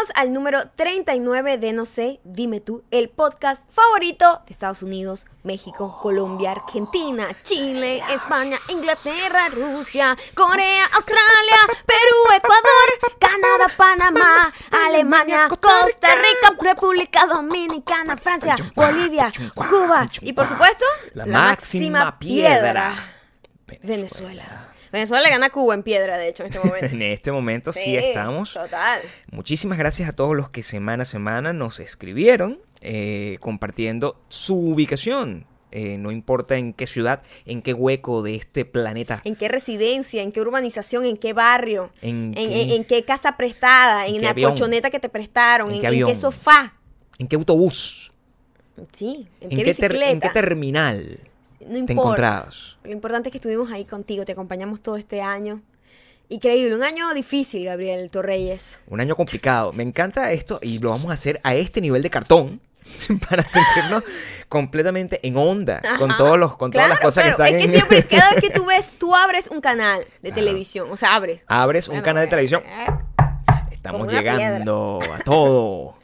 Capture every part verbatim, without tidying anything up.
Bienvenidos al número treinta y nueve de No sé, dime tú, el podcast favorito de Estados Unidos, México, Colombia, Argentina, Chile, España, Inglaterra, Rusia, Corea, Australia, Perú, Ecuador, Canadá, Panamá, Alemania, Costa Rica, República Dominicana, Francia, Bolivia, Cuba y por supuesto, la, la máxima, máxima piedra, piedra, Venezuela. Venezuela le gana a Cuba en piedra, de hecho, en este momento. En este momento sí, Sí, estamos. Total. Muchísimas gracias a todos los que semana a semana nos escribieron eh, compartiendo su ubicación. Eh, no importa en qué ciudad, en qué hueco de este planeta. ¿En qué residencia? ¿En qué urbanización? ¿En qué barrio? ¿En ¿En, qué, en, en qué casa prestada? ¿En, ¿En la qué avión? colchoneta que te prestaron? ¿En ¿En, qué en qué avión? sofá? ¿En qué autobús? Sí, ¿en, ¿En qué qué, ter- bicicleta? ¿En qué terminal No te importa. encontrabas? Lo importante es que estuvimos ahí contigo, te acompañamos todo este año. Increíble, un año difícil, Gabriel Torreyes. Un año complicado. Me encanta esto y lo vamos a hacer a este nivel de cartón para sentirnos completamente en onda con Ajá. todos los con Claro, todas las cosas claro. que están Es que en siempre, cada vez que tú ves, tú abres un canal de Claro. televisión, o sea, abres. Abres un Bueno, canal de televisión. eh, Estamos como una llegando a todo.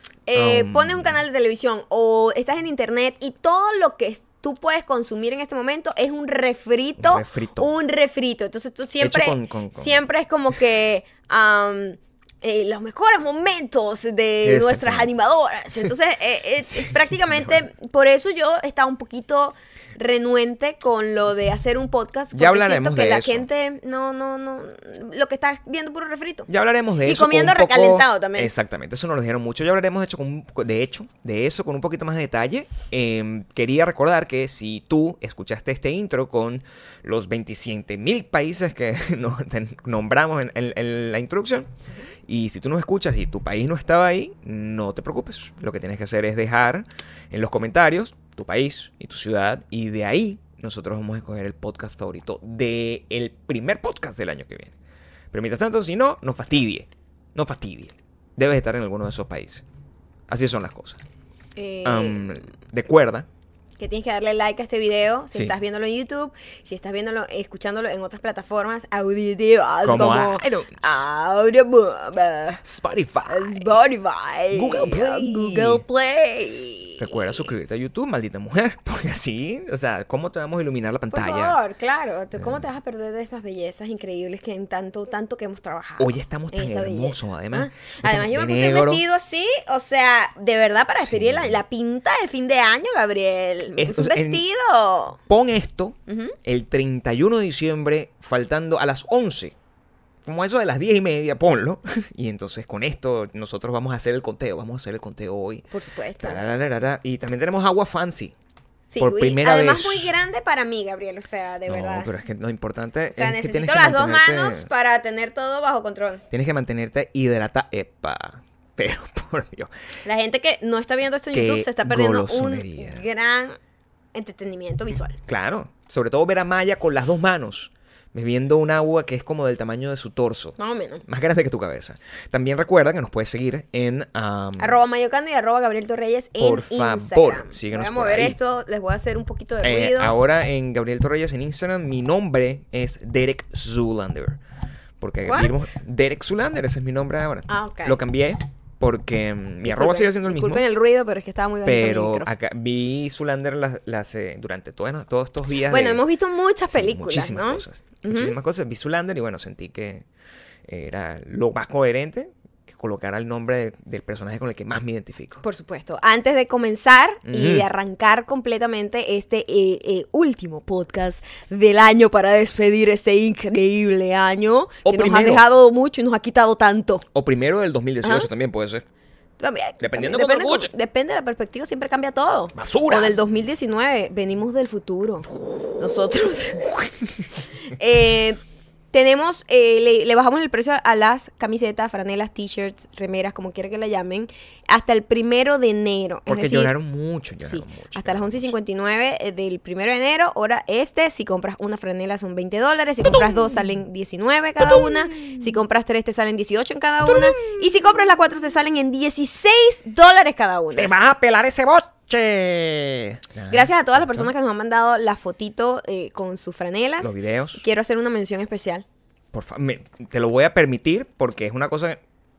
Eh, Um, pones un canal de televisión o estás en internet y todo lo que es- tú puedes consumir en este momento es un refrito. Un refrito. Un refrito. Entonces tú siempre, Hecho con- con- con- siempre es como que um, eh, los mejores momentos de Exactamente. nuestras animadoras. Entonces eh, eh, es prácticamente por eso yo estaba un poquito renuente con lo de hacer un podcast. Ya porque hablaremos siento que de la eso. gente no, no, no, lo que está viendo puro refrito. Ya hablaremos de Y eso. comiendo con un poco- recalentado también. Exactamente, eso nos lo dijeron mucho. Ya hablaremos de hecho, con un- de hecho, de eso con un poquito más de detalle. Eh, quería recordar que si tú escuchaste este intro con los veintisiete mil países que no- te nombramos en, en- en la introducción, y si tú nos escuchas y tu país no estaba ahí, no te preocupes. Lo que tienes que hacer es dejar en los comentarios tu país y tu ciudad, y de ahí nosotros vamos a escoger el podcast favorito del primer podcast del año que viene. Pero mientras tanto, si no, no fastidie. No fastidie. Debes estar en alguno de esos países. Así son las cosas. Eh, Um, recuerda, que tienes que darle like a este video si Sí. estás viéndolo en YouTube, si estás viéndolo, escuchándolo en otras plataformas auditivas Como como, iTunes, Audible, Spotify. Spotify, Google Play. Google Play. Recuerda suscribirte a YouTube, maldita mujer. Porque así, o sea, ¿cómo te vamos a iluminar la Por pantalla? favor, claro. Te- ¿Cómo te vas a perder de estas bellezas increíbles que en tanto, tanto que hemos trabajado? Hoy estamos en tan esta hermosos, belleza? además. ¿Ah? Además, yo me Estamos puse de el negro. vestido así, o sea, de verdad para Sí. despedir la, la pinta del fin de año, Gabriel. Me Es- puse un en- vestido. Pon esto Ujú. el treinta y uno de diciembre, faltando a las once. Como eso de las diez y media, ponlo. Y entonces con esto nosotros vamos a hacer el conteo. Vamos a hacer el conteo hoy. Por supuesto. Tarararara. Y también tenemos agua fancy. Sí, por uy, primera además vez. muy grande para mí, Gabriel, o sea, de no, verdad. pero es que lo importante O sea, es que tienes necesito que las dos mantenerte- manos para tener todo bajo control. Tienes que mantenerte hidratada. Epa. Pero, por Dios. La gente que no está viendo esto en Qué YouTube se está perdiendo un golosonería. gran entretenimiento visual. Claro. Sobre todo ver a Maya con las dos manos, bebiendo un agua que es como del tamaño de su torso. Más o menos. Más grande que tu cabeza. También recuerda que nos puedes seguir en... um, Arroba Mayocando y arroba Gabriel Torreyes en Por favor, Instagram. síguenos Voy a por mover ahí. esto, les voy a hacer un poquito de eh, ruido. ahora en Gabriel Torreyes en Instagram, mi nombre es Derek Zulander. Porque What? vimos Derek Zulander, ese es mi nombre ahora. Ah, ok. Lo cambié porque mm, mi Disculpen, arroba sigue siendo el mismo. Disculpen el ruido, pero es que estaba muy bajito mi Pero micrófono. acá vi Zulander las, las, eh, durante todo- todos estos días. Bueno, de- hemos visto muchas Sí, películas, muchísimas ¿no? cosas. Ujú. Muchísimas cosas. Vi Zulander y bueno, sentí que era lo más coherente que colocar el nombre de- del personaje con el que más me identifico. Por supuesto. Antes de comenzar y Ujú. de arrancar completamente este eh, eh, último podcast del año para despedir este increíble año O que nos ha primero. dejado mucho y nos ha quitado tanto. O primero del dos mil dieciocho Ajá. también puede ser. También, Dependiendo también, cómo lo depende, escuche. depende de la perspectiva, siempre cambia todo. ¡Basura! O del dos mil diecinueve, venimos del futuro. Nosotros. eh, tenemos, eh, le, le bajamos el precio a las camisetas, franelas, t-shirts, remeras, como quiera que la llamen, hasta el primero de enero. Es Porque decir, lloraron mucho, lloraron Sí, mucho. hasta las lloraron once y mucho. cincuenta y nueve eh, del primero de enero, hora este. Si compras una franela son veinte dólares. Si compras dos salen diecinueve cada una. Si compras tres te salen dieciocho en cada una. Y si compras las cuatro te salen en dieciséis dólares cada una. ¡Te vas a pelar ese boche! Gracias a todas las personas que nos han mandado la fotito eh, con sus franelas. Los videos. Quiero hacer una mención especial. Por favor, te lo voy a permitir porque es una cosa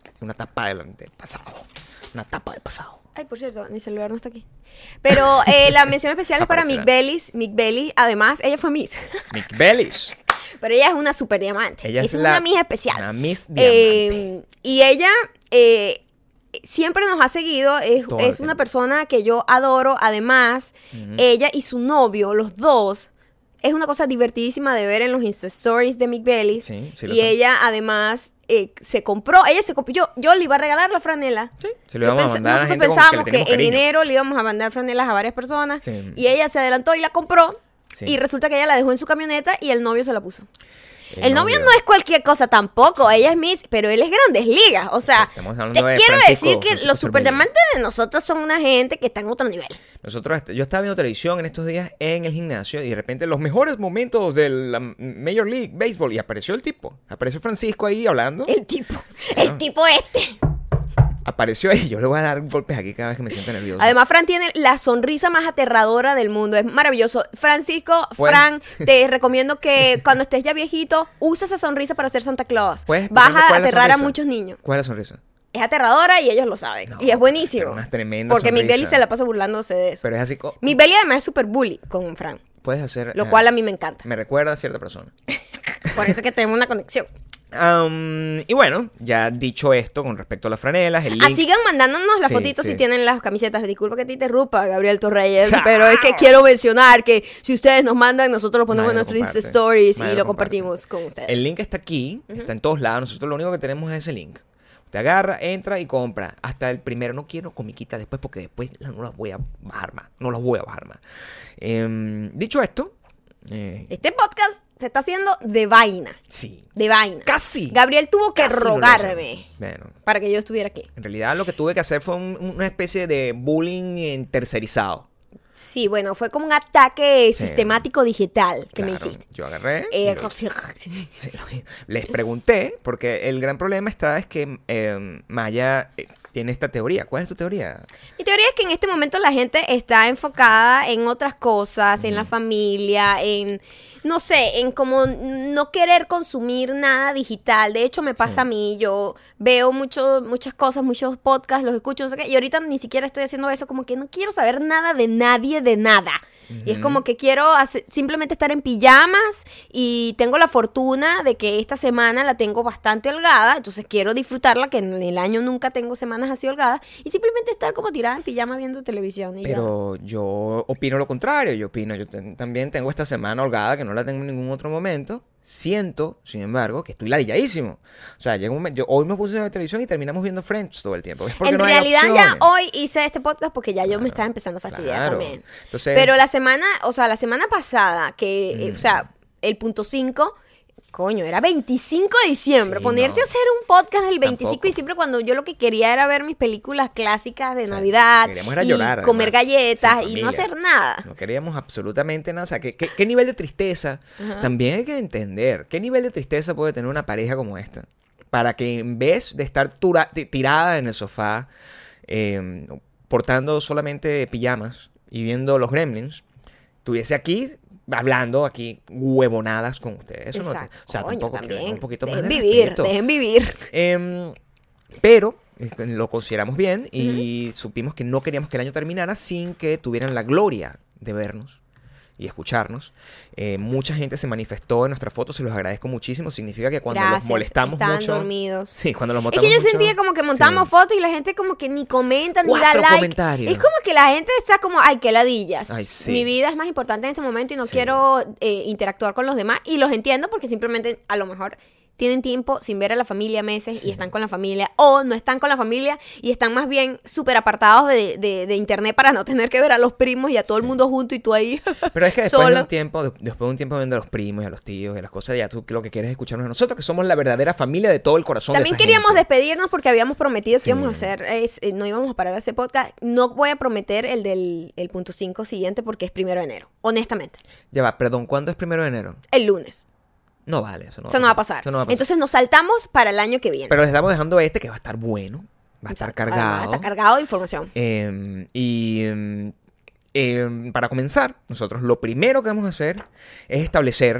Una tapa del, del pasado. Una tapa del pasado. Ay, por cierto, mi celular no está aquí. Pero eh, la mención especial es para Mick Bellis. Mick Bellis, además, ella fue Miss. Mick Bellis. Pero ella es una super diamante. Ella es, es la, una Miss especial. Una Miss diamante. Eh, y ella eh, siempre nos ha seguido. Es, es una persona que yo adoro. Además, uh-huh. ella y su novio, los dos, es una cosa divertidísima de ver en los Insta Stories de Mick Bellis. Sí, sí y ella, además, eh, se compró. Ella se compró. Yo, yo le iba a regalar la franela. Sí, se lo íbamos a mandar. Nosotros pensábamos que, que en cariño. enero le íbamos a mandar franelas a varias personas. Sí. Y ella se adelantó y la compró. Sí. Y resulta que ella la dejó en su camioneta y el novio se la puso. El, el novio, novio no es cualquier cosa tampoco, ella es Miss, pero él es Grandes Ligas, o sea, te quiero decir que los superdiamantes de nosotros son una gente que está en otro nivel. Nosotros, yo estaba viendo televisión en estos días en el gimnasio y de repente los mejores momentos de la Major League Baseball y apareció el tipo, apareció Francisco ahí hablando. El tipo, el ¿no? tipo este. Apareció ahí, yo le voy a dar golpes aquí cada vez que me sienta nervioso. Además, Fran tiene la sonrisa más aterradora del mundo, es maravilloso. Francisco, pues, Fran, te recomiendo que cuando estés ya viejito, usa esa sonrisa para ser Santa Claus. Pues, vas a aterrar a muchos niños. ¿Cuál es la sonrisa? Es aterradora y ellos lo saben. No, y es buenísimo. Una tremenda porque sonrisa. Mick Bellis se la pasa burlándose de eso. Pero es así. Co- Mick Bellis además es súper bully con Fran. Puedes hacer... Lo uh, cual a mí me encanta. Me recuerda a cierta persona. Por eso es que tenemos una conexión. Um, y bueno, ya dicho esto con respecto a las franelas, el link... Ah, sigan mandándonos las sí, fotitos sí. si tienen las camisetas. Disculpa que te interrumpa, Gabriel Torreyes, pero es que quiero mencionar que si ustedes nos mandan, nosotros lo ponemos en nuestros Insta Stories y lo, lo compartimos con ustedes. El link está aquí, uh-huh. está en todos lados. Nosotros lo único que tenemos es ese link. Te agarra, entra y compra. Hasta el primero. No quiero comiquita después porque después no las voy a bajar más. No las voy a bajar más. Eh, dicho esto... Eh, este podcast se está haciendo de vaina. Sí. De vaina. Casi. Gabriel tuvo que rogarme no bueno, para que yo estuviera aquí. En realidad lo que tuve que hacer fue un, una especie de bullying tercerizado. Sí, bueno, fue como un ataque sí. sistemático digital que claro, me hiciste. Yo agarré. Eh, sí, les pregunté, porque el gran problema está es que eh, Maya eh, tiene esta teoría. ¿Cuál es tu teoría? Mi teoría es que en este momento la gente está enfocada en otras cosas, mm. en la familia, en... no sé, en como no querer consumir nada digital. De hecho, me pasa sí. a mí. Yo veo mucho, muchas cosas, muchos podcasts, los escucho, no sé qué. Y ahorita ni siquiera estoy haciendo eso. Como que no quiero saber nada de nadie, de nada. Uh-huh. Y es como que quiero hacer, simplemente estar en pijamas. Y tengo la fortuna de que esta semana la tengo bastante holgada. Entonces quiero disfrutarla, que en el año nunca tengo semanas así holgadas. Y simplemente estar como tirada en pijama viendo televisión. Y Pero ya. yo opino lo contrario. Yo opino, yo t- también tengo esta semana holgada que no la tengo en ningún otro momento. Siento, sin embargo, que estoy ladilladísimo. O sea, llega un momento, yo hoy me puse a ver televisión y terminamos viendo Friends todo el tiempo. Es porque en no realidad hay ya hoy hice este podcast porque ya claro, yo me estaba empezando a fastidiar claro. también. Entonces, pero la semana, o sea, la semana pasada, que, mm. eh, o sea, el punto cinco... Coño, era veinticinco de diciembre. Sí, Ponerse no. a hacer un podcast el veinticinco Tampoco. de diciembre cuando yo lo que quería era ver mis películas clásicas de o sea, Navidad y llorar, comer además, galletas y no hacer nada. No queríamos absolutamente nada. O sea, ¿qué, qué, qué nivel de tristeza? Uh-huh. También hay que entender qué nivel de tristeza puede tener una pareja como esta. Para que en vez de estar tura, tirada en el sofá, eh, portando solamente pijamas y viendo los Gremlins, tuviese aquí... hablando aquí huevonadas con ustedes. Eso no te, o sea, Coño, tampoco también. un poquito dejen más de vivir, respeto. Dejen vivir. Eh, pero eh, lo consideramos bien y uh-huh. supimos que no queríamos que el año terminara sin que tuvieran la gloria de vernos y escucharnos. Eh, mucha gente se manifestó en nuestras fotos, se los agradezco muchísimo. Significa que cuando Gracias, los molestamos estaban mucho... dormidos. Sí, cuando los molestamos mucho... Es que yo sentía como que montamos sí. fotos y la gente como que ni comenta, ni da like. Comentarios. Es como que la gente está como, ay, qué ladillas. Ay, sí. Mi vida es más importante en este momento y no sí. quiero eh, interactuar con los demás. Y los entiendo porque simplemente a lo mejor... tienen tiempo sin ver a la familia meses sí. y están con la familia o no están con la familia y están más bien súper apartados de, de, de internet para no tener que ver a los primos y a todo sí. el mundo junto y tú ahí pero es que después solo. de un tiempo después de un tiempo viendo a los primos y a los tíos y a las cosas ya tú lo que quieres es escucharnos a nosotros que somos la verdadera familia de todo el corazón también de esta queríamos gente. despedirnos porque habíamos prometido que sí. íbamos a hacer es, eh, no íbamos a parar ese podcast. No voy a prometer el del el punto cinco siguiente porque es primero de enero, honestamente. Ya va, perdón, ¿cuándo es primero de enero? El lunes. No vale, eso no, eso va, no va a pasar. pasar. No va a pasar. Entonces nos saltamos para el año que viene. Pero les estamos dejando este que va a estar bueno. Va a estar Exacto. cargado. Está cargado de información. Eh, y eh, eh, para comenzar, nosotros lo primero que vamos a hacer es establecer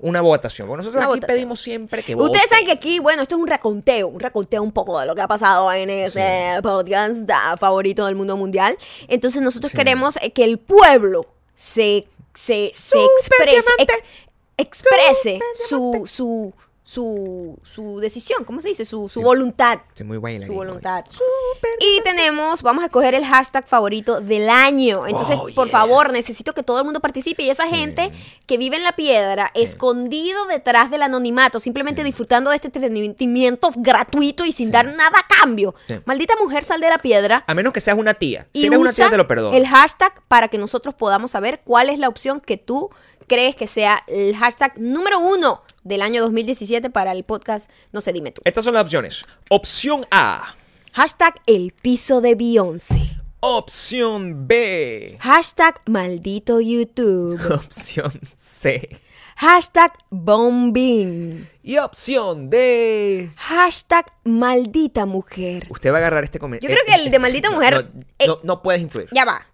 una votación. Porque nosotros Una aquí votación. pedimos siempre que voten. Ustedes saben que aquí, bueno, esto es un reconteo, un reconteo un poco de lo que ha pasado en ese podcast ah, favorito del mundo mundial. Entonces nosotros Sí. queremos eh, que el pueblo se, se, se Super exprese, diamante. ex- exprese Super su, su, su, su decisión, ¿cómo se dice? Su, su voluntad. Estoy muy bailarín Su hoy. voluntad. Super Y tenemos, vamos a escoger el hashtag favorito del año. Entonces, Oh, por yes. favor, necesito que todo el mundo participe. Y esa gente que vive en la piedra, escondido detrás del anonimato, simplemente Sí. disfrutando de este entretenimiento gratuito y sin dar nada a cambio. Sí. Maldita mujer, sal de la piedra. A menos que seas una tía. Y Si eres una usa tía, te lo perdono. el hashtag para que nosotros podamos saber cuál es la opción que tú crees que sea el hashtag número uno del año dos mil diecisiete para el podcast No sé, dime tú. Estas son las opciones. Opción A. Hashtag el piso de Beyoncé. Opción B. Hashtag maldito YouTube. Opción C. Hashtag bombing. Y opción D. Hashtag maldita mujer. Usted va a agarrar este comentario. Yo creo que el de maldita mujer- No, eh, no, no puedes influir. Ya va.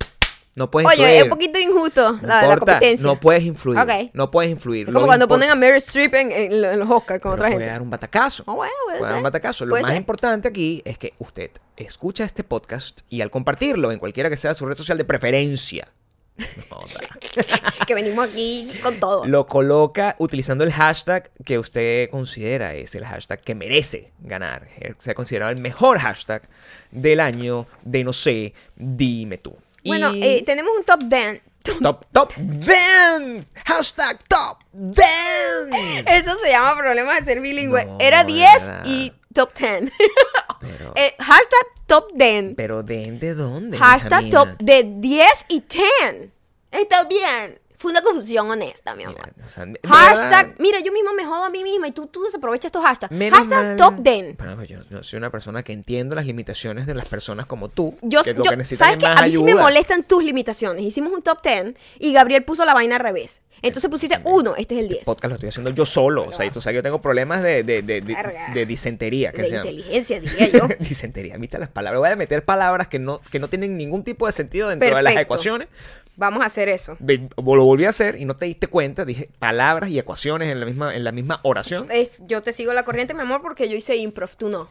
No puedes Oye, influir. es un poquito injusto No la, la importa, competencia. no puedes influir. Ok. No puedes influir. Es como Lo cuando impor- ponen a Meryl Streep en, en lo- en los Oscars con Pero otra puede gente. dar un batacazo. Ah, bueno, puede Puede dar ser. un batacazo. Lo Puede más ser. importante aquí es que usted escucha este podcast y al compartirlo en cualquiera que sea su red social de preferencia, no joda, Que venimos aquí con todo. lo coloca utilizando el hashtag que usted considera es el hashtag que merece ganar. Se ha considerado el mejor hashtag del año de no sé, dime tú. Bueno, Y- eh, tenemos un top ten. Top, top, then. Hashtag top, then. Eso se llama problema de ser bilingüe. No, Era diez ¿verdad? y top ten. Pero, Eh, hashtag top ten. pero ¿den de dónde? hija Hashtag mía? top de diez y diez. Está bien. Fue una confusión honesta, mi amor. Mira, o sea, de Hashtag, verdad, mira, yo misma me jodo a mí misma y tú, tú desaprovechas estos hashtags. menos Hashtag mal- top ten. Bueno, pues yo, yo soy una persona que entiendo las limitaciones de las personas como tú. Yo, que lo yo- que necesitan ¿sabes es qué? más A mí sí me ayuda. molestan tus limitaciones. Hicimos un top ten y Gabriel puso la vaina al revés. Entonces pusiste uno, este es el diez. Podcast lo estoy haciendo yo solo. O sea, y tú sabes que yo tengo problemas de, de, de, de, Verga. de disentería. Que De se llama. inteligencia, diría yo. Disentería. Viste las palabras. Voy a meter palabras que no, que no tienen ningún tipo de sentido dentro de las Perfecto. ecuaciones. Vamos a hacer eso. Ve- Lo volví a hacer y no te diste cuenta. Dije palabras y ecuaciones en la misma, en la misma oración. Es- yo te sigo la corriente, mi amor, porque yo hice improv, tú no.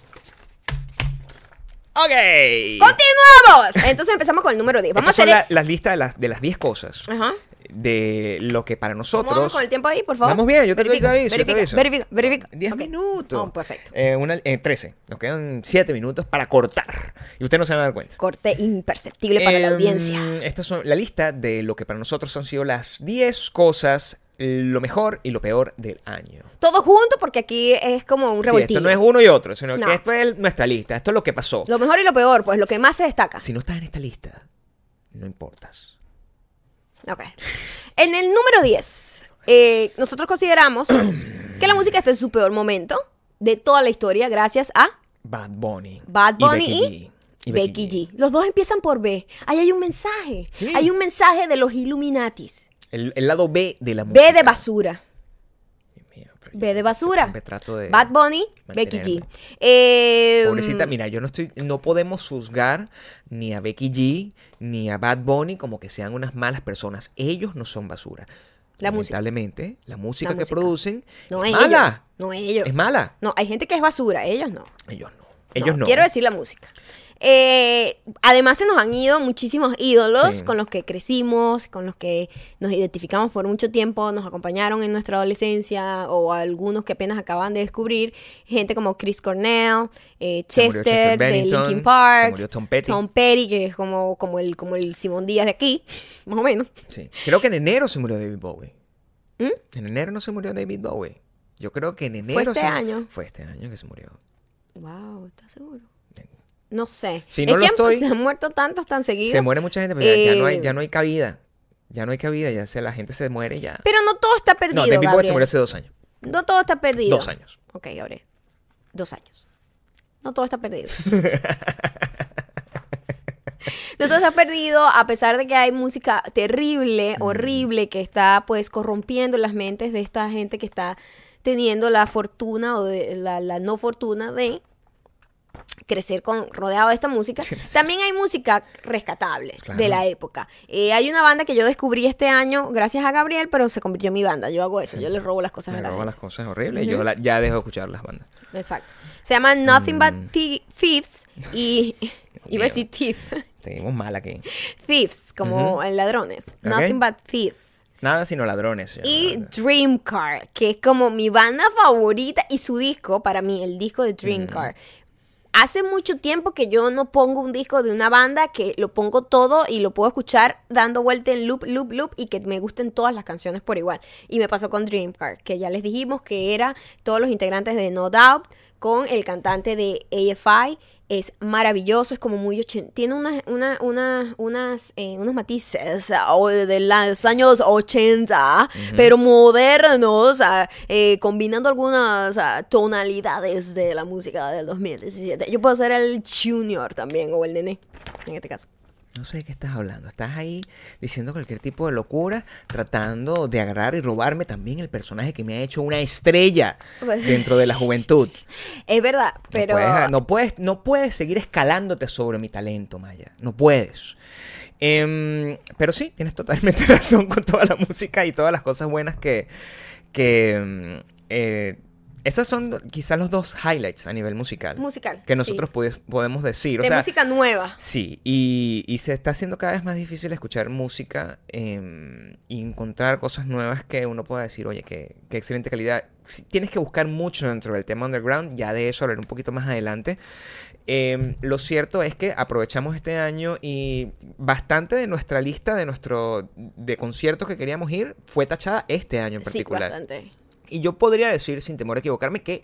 ¡Ok! ¡Continuamos! Entonces empezamos con el número diez. Vamos Estas son a hacer... la- las listas de las de las diez cosas. Ajá. De lo que para ¿Cómo nosotros. vamos con el tiempo ahí, por favor? Vamos bien, yo te, verifica, te aviso, yo te verifica, aviso. verifica, verifica. diez Ok. minutos. Oh, perfecto. Eh, una, eh, trece. Nos quedan siete minutos para cortar. Y usted no se va a dar cuenta. Corte imperceptible para la Em, audiencia. Estas son la lista de lo que para nosotros han sido las diez cosas, lo mejor y lo peor del año. Todo junto porque aquí es como un Sí, revoltillo. esto no es uno y otro, sino No. que esto es nuestra lista. Esto es lo que pasó. Lo mejor y lo peor, pues lo que más se destaca. Si no estás en esta lista, no importas. Ok. En el número diez, eh, nosotros consideramos que la música está en su peor momento de toda la historia gracias a Bad Bunny. Bad Bunny y, Becky G. Y Becky G. Los dos empiezan por B. Ahí hay un mensaje. Sí. Hay un mensaje de los Illuminatis. El, el lado B de la música. B de basura. Dios mío, pero B yo de basura. siempre trato de Bad Bunny, Becky G. mantenerme. Eh, Pobrecita, mira, yo no estoy, no podemos juzgar ni a Becky G ni a Bad Bunny como que sean unas malas personas. Ellos no son basura. La música. Lamentablemente, la música La que música. producen no es ellos. mala. No ellos. Es mala. No, hay gente que es basura. Ellos no. Ellos no. Ellos no. Quiero decir la música. Eh, además se nos han ido muchísimos ídolos Sí. con los que crecimos, con los que nos identificamos por mucho tiempo, nos acompañaron en nuestra adolescencia o algunos que apenas acaban de descubrir, gente como Chris Cornell, eh, Se murió Chester, Chester de Bennington, Linkin Park, se murió Tom Petty. Tom Petty, que es como, como, el, como el Simón Díaz de aquí, más o menos. Sí. Creo que en enero se murió David Bowie. ¿Mm? En enero no se murió David Bowie. Yo creo que en enero ¿Fue este se- año? Fue este año que se murió. Wow, ¿estás seguro? No sé. Si es no lo que han- estoy- se han muerto tantos tan seguidos. Se muere mucha gente, pero ya- ya, no hay, Eh, ya no hay cabida. Ya no hay cabida, ya se, la gente se muere y ya. Pero no todo está perdido, No, David Bowie se Gabriel. murió hace dos años. No todo está perdido. Dos años. Ok, Gabriel. Dos años. No todo está perdido. No todo está perdido, a pesar de que hay música terrible, horrible, que está pues corrompiendo las mentes de esta gente que está teniendo la fortuna o de, la, la no fortuna de crecer con rodeado de esta música. Sí. También hay música rescatable Claro. de la época. Eh, hay una banda que yo descubrí este año gracias a Gabriel, pero se convirtió en mi banda. Yo hago eso, Sí. yo le robo las cosas Me a la roban gente. las cosas horribles y Ujú. yo la- ya dejo de escuchar las bandas. Exacto. Se llama Nothing Mm. But Thie- Thieves y iba a mío. decir Thief. Seguimos mal aquí. Thieves, como Ujú. ladrones. Ok. Nothing But Thieves. Nada sino ladrones. señor. Y Dream Car, que es como mi banda favorita y su disco, para mí, el disco de Dream Mm. Car. Hace mucho tiempo que yo no pongo un disco de una banda que lo pongo todo y lo puedo escuchar dando vuelta en loop, loop, loop y que me gusten todas las canciones por igual. Y me pasó con Dream Car, que ya les dijimos que era todos los integrantes de No Doubt con el cantante de A F I. Es maravilloso, es como muy ochen- tiene unas una, una, unas eh, unos matices ah, o de, de los años ochenta, pero modernos, ah, eh, combinando algunas ah, tonalidades de la música del dos mil diecisiete. Yo puedo ser el junior también o el nene en este caso. No sé de qué estás hablando. Estás ahí diciendo cualquier tipo de locura, tratando de agarrar y robarme también el personaje que me ha hecho una estrella Pues- dentro de la juventud. Es verdad, pero No puedes, no puedes, no puedes seguir escalándote sobre mi talento, Maya. No puedes. Em, pero sí, tienes totalmente razón con toda la música y todas las cosas buenas que... que em, eh, esas son quizás los dos highlights a nivel musical. musical. Que nosotros pudes- podemos decir. O de sea, música nueva. sí, y, y se está haciendo cada vez más difícil escuchar música eh, y encontrar cosas nuevas que uno pueda decir, oye, qué, qué excelente calidad. Sí, tienes que buscar mucho dentro del tema underground, ya de eso hablaré un poquito más adelante. Eh, lo cierto es que aprovechamos este año y bastante de nuestra lista de nuestro de conciertos que queríamos ir fue tachada este año en Sí, particular. bastante. Y yo podría decir, sin temor a equivocarme, que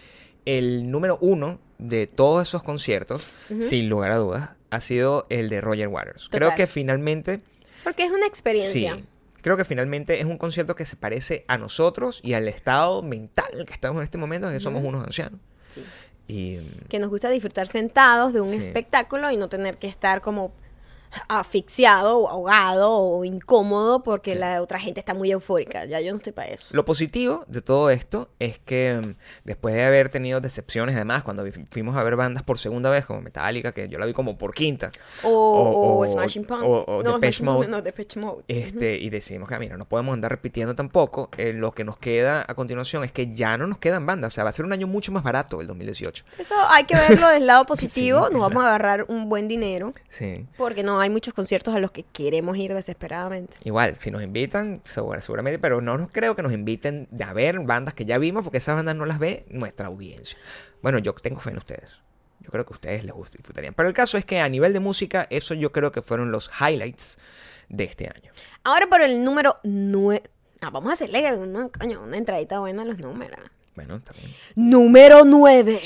el número uno de todos esos conciertos, Ujú. sin lugar a dudas, ha sido el de Roger Waters. Total. Creo que finalmente, Porque es una experiencia. sí, creo que finalmente es un concierto que se parece a nosotros y al estado mental que estamos en este momento, que somos unos ancianos. Sí. Y Que nos gusta disfrutar sentados de un Sí. espectáculo y no tener que estar como asfixiado o ahogado o incómodo porque Sí. la otra gente está muy eufórica. Ya yo no estoy para eso. lo positivo de todo esto es que mm, después de haber tenido decepciones, además, cuando vi- fuimos a ver bandas por segunda vez, como Metallica, que yo la vi como por quinta, O, O- o o- Smashing Pumpkins. o- o no, Depeche Smashing Mode. Pumpkins, no, Depeche Mode. este, y decidimos que, mira, no podemos andar repitiendo tampoco. Eh, lo que nos queda a continuación es que ya no nos quedan bandas. O sea, va a ser un año mucho más barato el dos mil dieciocho. Eso hay que verlo del lado positivo. Sí, Nos vamos a agarrar un buen dinero Sí. porque no hay muchos conciertos a los que queremos ir desesperadamente. Igual, si nos invitan, segura- seguramente, pero no nos creo que nos inviten a ver bandas que ya vimos, porque esas bandas no las ve nuestra audiencia. Bueno, yo tengo fe en ustedes. Yo creo que a ustedes les gust- disfrutarían. Pero el caso es que a nivel de música, eso yo creo que fueron los highlights de este año. Ahora por el número nueve. Ah, vamos a hacerle una, coño, una entradita buena a los números. Bueno, también. Número nueve.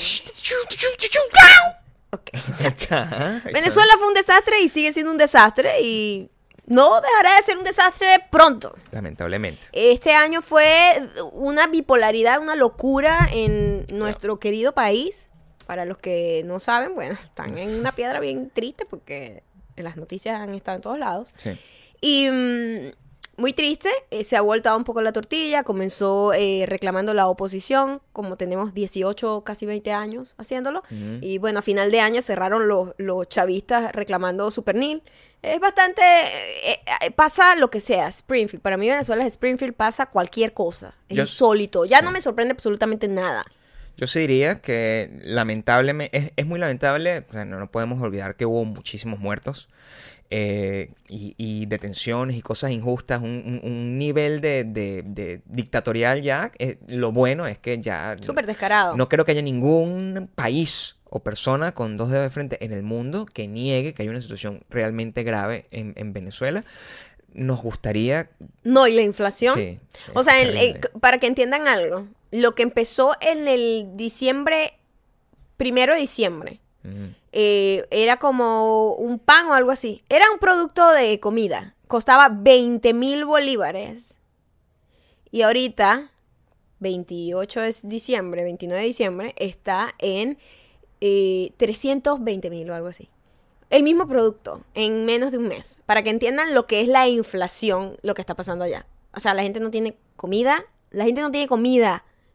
Ok. Venezuela fue un desastre y sigue siendo un desastre y no dejará de ser un desastre pronto. Lamentablemente. Este año fue una bipolaridad, una locura en nuestro querido país. Para los que no saben, bueno, están en una piedra bien triste porque las noticias han estado en todos lados. Sí. Y mm, muy triste, eh, se ha vuelto un poco la tortilla, comenzó eh, reclamando la oposición, como tenemos dieciocho, casi veinte años haciéndolo. Ujú. Y bueno, a final de año cerraron los, los chavistas reclamando Super N I L. Es bastante... eh, eh, pasa lo que sea, Springfield. Para mí Venezuela es Springfield, pasa cualquier cosa. Es Yo- insólito. Ya sí. no me sorprende absolutamente nada. Yo sí diría que lamentablemente, es, es muy lamentable, o sea, no, no podemos olvidar que hubo muchísimos muertos eh, y, y detenciones y cosas injustas, un, un- un nivel de, de- de dictatorial ya. Eh, lo bueno es que ya Súper descarado. no creo que haya ningún país o persona con dos dedos de frente en el mundo que niegue que hay una situación realmente grave en, en Venezuela. Nos gustaría... No, y la inflación. Sí, O es sea, el- terrible. el- para que entiendan algo, lo que empezó en el diciembre, primero de diciembre, Ujú. eh, era como un pan o algo así. Era un producto de comida. Costaba veinte mil bolívares. Y ahorita, veintiocho de diciembre, veintinueve de diciembre, está en eh, trescientos veinte mil o algo así. El mismo producto en menos de un mes. Para que entiendan lo que es la inflación, lo que está pasando allá. O sea, la gente no tiene comida. La gente no tiene comida.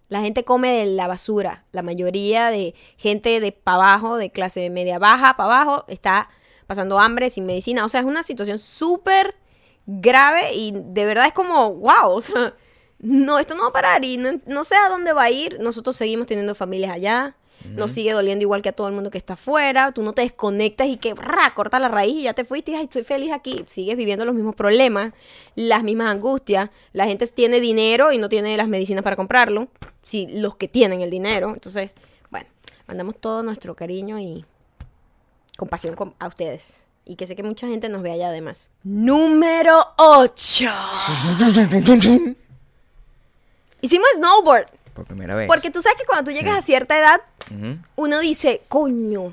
La gente come de la basura. La mayoría de gente de para abajo, de clase media baja para abajo, está pasando hambre, sin medicina. O sea, es una situación súper grave y de verdad es como, wow, o sea, no, esto no va a parar y no, no sé a dónde va a ir. Nosotros seguimos teniendo familias allá. Nos sigue doliendo igual que a todo el mundo que está afuera. Tú no te desconectas y que ¡bra! Corta la raíz y ya te fuiste y ay, estoy feliz aquí. Sigues viviendo los mismos problemas, las mismas angustias. La gente tiene dinero y no tiene las medicinas para comprarlo. Sí, los que tienen el dinero. Entonces, bueno, mandamos todo nuestro cariño y compasión con- a ustedes. Y que sé que mucha gente nos ve allá además. Número ocho. Hicimos snowboard. Por primera vez. Porque tú sabes que cuando tú llegas a cierta edad, Ujú. uno dice, coño,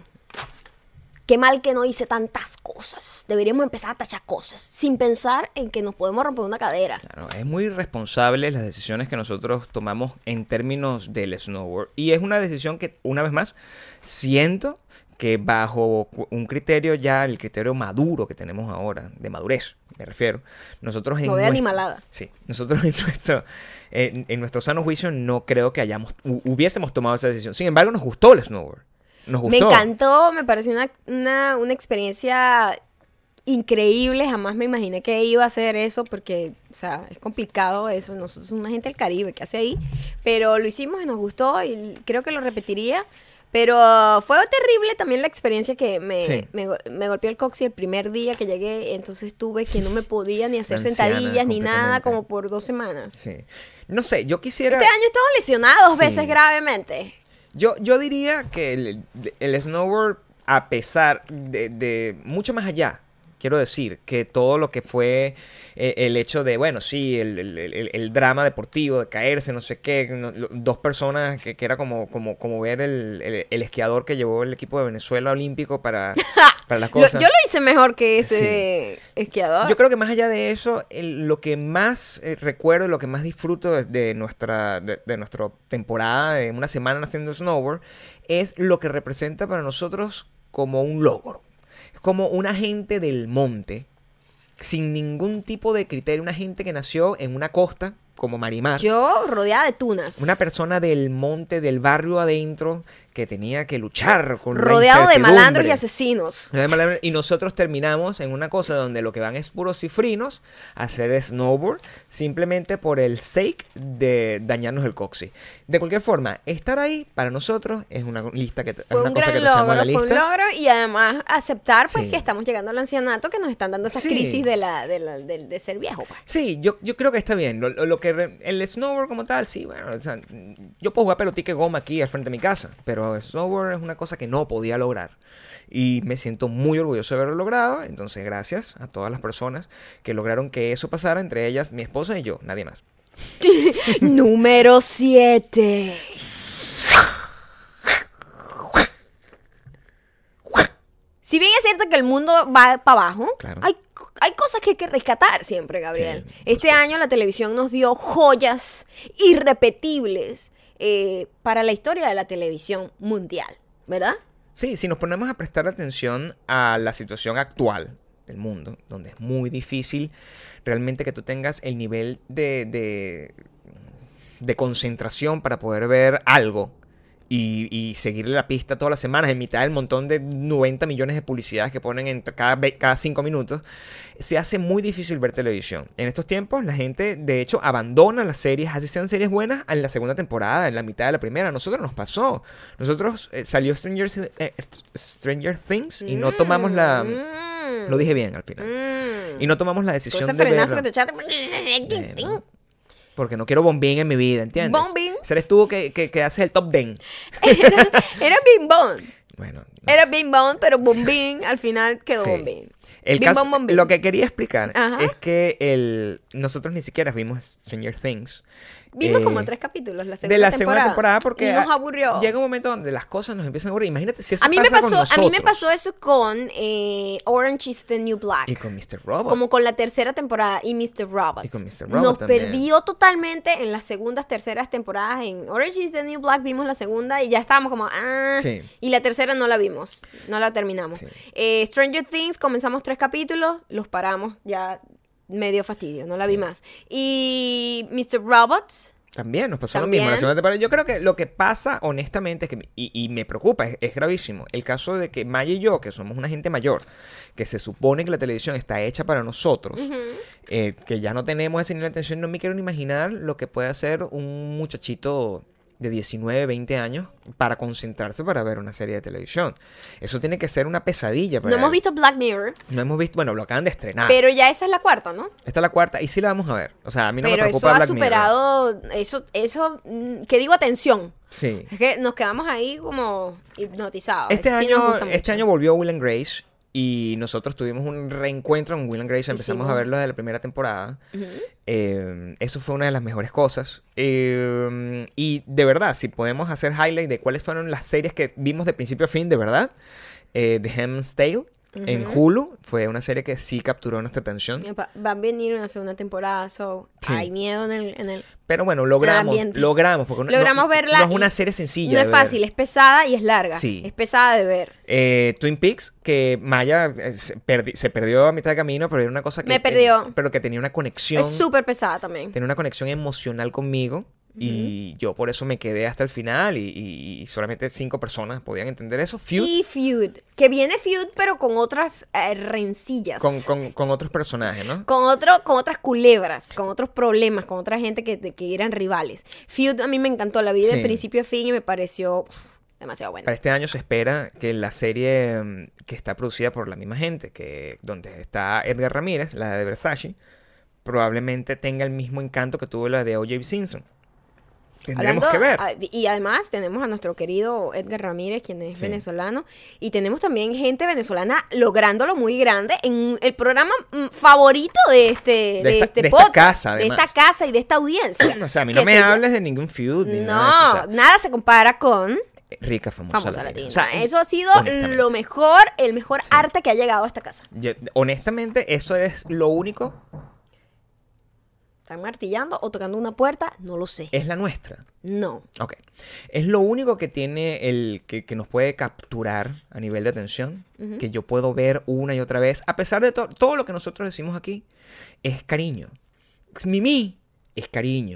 qué mal que no hice tantas cosas. Deberíamos empezar a tachar cosas sin pensar en que nos podemos romper una cadera. Claro, es muy irresponsable las decisiones que nosotros tomamos en términos del snowboard. Y es una decisión que, una vez más, siento que bajo cu- un criterio ya, el criterio maduro que tenemos ahora, de madurez, me refiero, nosotros en No de nuestra- animalada. Sí, nosotros en nuestro, en, en nuestro sano juicio no creo que hayamos, hu- hubiésemos tomado esa decisión. Sin embargo, nos gustó el snowboard. Nos Me gustó. encantó, me pareció una, una, una experiencia increíble. Jamás me imaginé que iba a hacer eso porque, o sea, es complicado eso. Nosotros somos una gente del Caribe, ¿qué hace ahí? Pero lo hicimos y nos gustó y creo que lo repetiría. Pero fue terrible también la experiencia que me, Sí. me, go- me golpeó el coxis el primer día que llegué. Entonces tuve que no me podía ni hacer La anciana, sentadillas ni nada completamente. como por dos semanas. Sí. No sé, yo quisiera... Este año estaba lesionado dos Sí. veces gravemente. Yo, yo diría que el, el snowboard, a pesar de, de mucho más allá, quiero decir, que todo lo que fue eh, el hecho de, bueno, sí, el, el- el- el drama deportivo, de caerse, no sé qué, no- lo- dos personas que, que era como, como, como ver el, el- el esquiador que llevó el equipo de Venezuela olímpico para, para las Lo- cosas. yo lo hice mejor que ese esquiador. Yo creo que más allá de eso, el- lo que más eh, recuerdo y lo que más disfruto de, de nuestra de, de nuestra temporada de una semana haciendo snowboard es lo que representa para nosotros como un logro. Es como una gente del monte, sin ningún tipo de criterio, una gente que nació en una costa como Marimar. Yo rodeada de tunas. Una persona del monte, del barrio adentro, que tenía que luchar con la rodeado de malandros y incertidumbre. asesinos. Y nosotros terminamos en una cosa donde lo que van es puros cifrinos a hacer snowboard simplemente por el sake de dañarnos el coxis. De cualquier forma, estar ahí para nosotros es una lista que es Fue una un cosa gran que tachamos en logro, la fue un lista. logro y además aceptar pues Sí. que estamos llegando al ancianato, que nos están dando esas Sí. crisis de la, de, la- de- de ser viejo. Pues. Sí, yo, yo creo que está bien. Lo, lo- lo que re- el snowboard como tal, sí, bueno, o sea, yo puedo jugar pelotique de goma aquí al frente de mi casa, pero el snowboard es una cosa que no podía lograr. Y me siento muy orgulloso de haberlo logrado. Entonces, gracias a todas las personas que lograron que eso pasara, entre ellas mi esposa y yo, nadie más. Número siete. Si bien es cierto que el mundo va para abajo, Claro. hay, hay cosas que hay que rescatar siempre, Gabriel. Sí, por este año la televisión nos dio joyas irrepetibles eh, para la historia de la televisión mundial, ¿verdad? Sí, si nos ponemos a prestar atención a la situación actual del mundo, donde es muy difícil realmente que tú tengas el nivel de, de, de concentración para poder ver algo y, y seguirle la pista todas las semanas en mitad del montón de noventa millones de publicidades que ponen en cada, ve- cada cinco minutos, se hace muy difícil ver televisión. En estos tiempos la gente de hecho abandona las series, así sean series buenas, en la segunda temporada, en la mitad de la primera. A nosotros nos pasó. Nosotros eh, salió Stranger, eh, Stranger Things y no tomamos la... Mm, Lo dije bien al final. mm. Y no tomamos la Con decisión ese de frenazo verla. que te echaste. Bueno, porque no quiero bombín en mi vida, ¿entiendes? ¿Bombín? Seres tú que, que, que haces el top ten. Era, era Bing Bong. Bueno, Era Bing Bong, pero Bombín al final quedó Sí. Bombín. el Bing caso, Bong Bombín. lo que quería explicar Ajá. es que el, nosotros ni siquiera vimos Stranger Things. Vimos Eh, como tres capítulos la segunda de la temporada. segunda temporada porque Y nos a- aburrió. llega un momento donde las cosas nos empiezan a aburrir. Imagínate si eso A mí, me pasa pasó, con a mí me nosotros. pasó eso con eh, Orange is the New Black. Y con mister Robot. Como con la tercera temporada y mister Robot. Y con mister Robot Nos también. perdió totalmente en las segundas, terceras temporadas. En Orange is the New Black vimos la segunda y ya estábamos como, ah. Sí. Y la tercera no la vimos, no la terminamos. Sí. Eh, Stranger Things, comenzamos tres capítulos, los paramos, ya me dio fastidio, no la vi más. Y mister Robot, También nos pasó También. lo mismo. La segunda temporada. Yo creo que lo que pasa, honestamente, es que, y, y me preocupa, es, es gravísimo, el caso de que Maya y yo, que somos una gente mayor, que se supone que la televisión está hecha para nosotros, Ujú. eh, que ya no tenemos ese nivel de atención, no me quiero ni imaginar lo que puede hacer un muchachito de diecinueve, veinte años para concentrarse para ver una serie de televisión. Eso tiene que ser una pesadilla para No hemos él. visto Black Mirror, No hemos visto, bueno, lo acaban de estrenar. pero ya esa es la cuarta, ¿no? Esta es la cuarta y sí la vamos a ver. O sea, a mí no Pero me eso preocupa ha Black Mirror. superado, eso, eso, mm, que digo atención. Sí. Es que nos quedamos ahí como hipnotizados. Este Eso sí año, nos gusta este mucho. año volvió Will and Grace y nosotros tuvimos un reencuentro en Will and Grace. Empezamos Hicimos. a verlo desde la primera temporada. Ujú. Eh, eso fue una de las mejores cosas. Eh, y de verdad, si podemos hacer highlight de cuáles fueron las series que vimos de principio a fin, de verdad. Eh, The Handmaid's Tale en Hulu fue una serie que sí capturó nuestra atención. Va, va a venir una segunda temporada, so Sí. hay miedo en el, en el... Pero bueno, logramos, ambiente. logramos. Porque no- Logramos no, verla No es una y serie sencilla. No es de ver. fácil, es pesada y es larga. Sí. Es pesada de ver. Eh, Twin Peaks, que Maya eh, se, perdi- se perdió a mitad de camino, pero era una cosa que... Me perdió. eh, pero que tenía una conexión... Es súper pesada también. Tenía una conexión emocional conmigo. Y yo por eso me quedé hasta el final. Y, y- y solamente cinco personas podían entender eso. Feud Y Feud, que viene Feud pero con otras eh, rencillas. con, con, con otros personajes, ¿no? Con, otro, con otras culebras, con otros problemas, con otra gente que, que eran rivales. Feud a mí me encantó, la vi de Sí. principio a fin y me pareció uf, demasiado buena. Para este año se espera que la serie mm, que está producida por la misma gente, que donde está Edgar Ramírez, la de Versace, probablemente tenga el mismo encanto que tuvo la de O J Simpson. Tendremos Hablando- que ver. ah, y además tenemos a nuestro querido Edgar Ramírez, quien es Sí. venezolano, y tenemos también gente venezolana lográndolo muy grande en el programa mm, favorito de este, de esta- este de esta podcast, casa, de además. esta casa y de esta audiencia. O sea, a mí no que me se- hables de ningún feud ni No, nada de eso. O sea, nada se compara con rica, famosa, Famosa latina. Latina. O sea, Eso ha sido honestamente. lo mejor, el mejor arte que ha llegado a esta casa. Yo- honestamente, eso es lo único, ¿Están martillando o tocando una puerta? No lo sé. es la nuestra. No. Ok. Es lo único que tiene el que, que nos puede capturar a nivel de atención, que yo puedo ver una y otra vez, a pesar de to- todo lo que nosotros decimos aquí, es cariño. Mimi es cariño.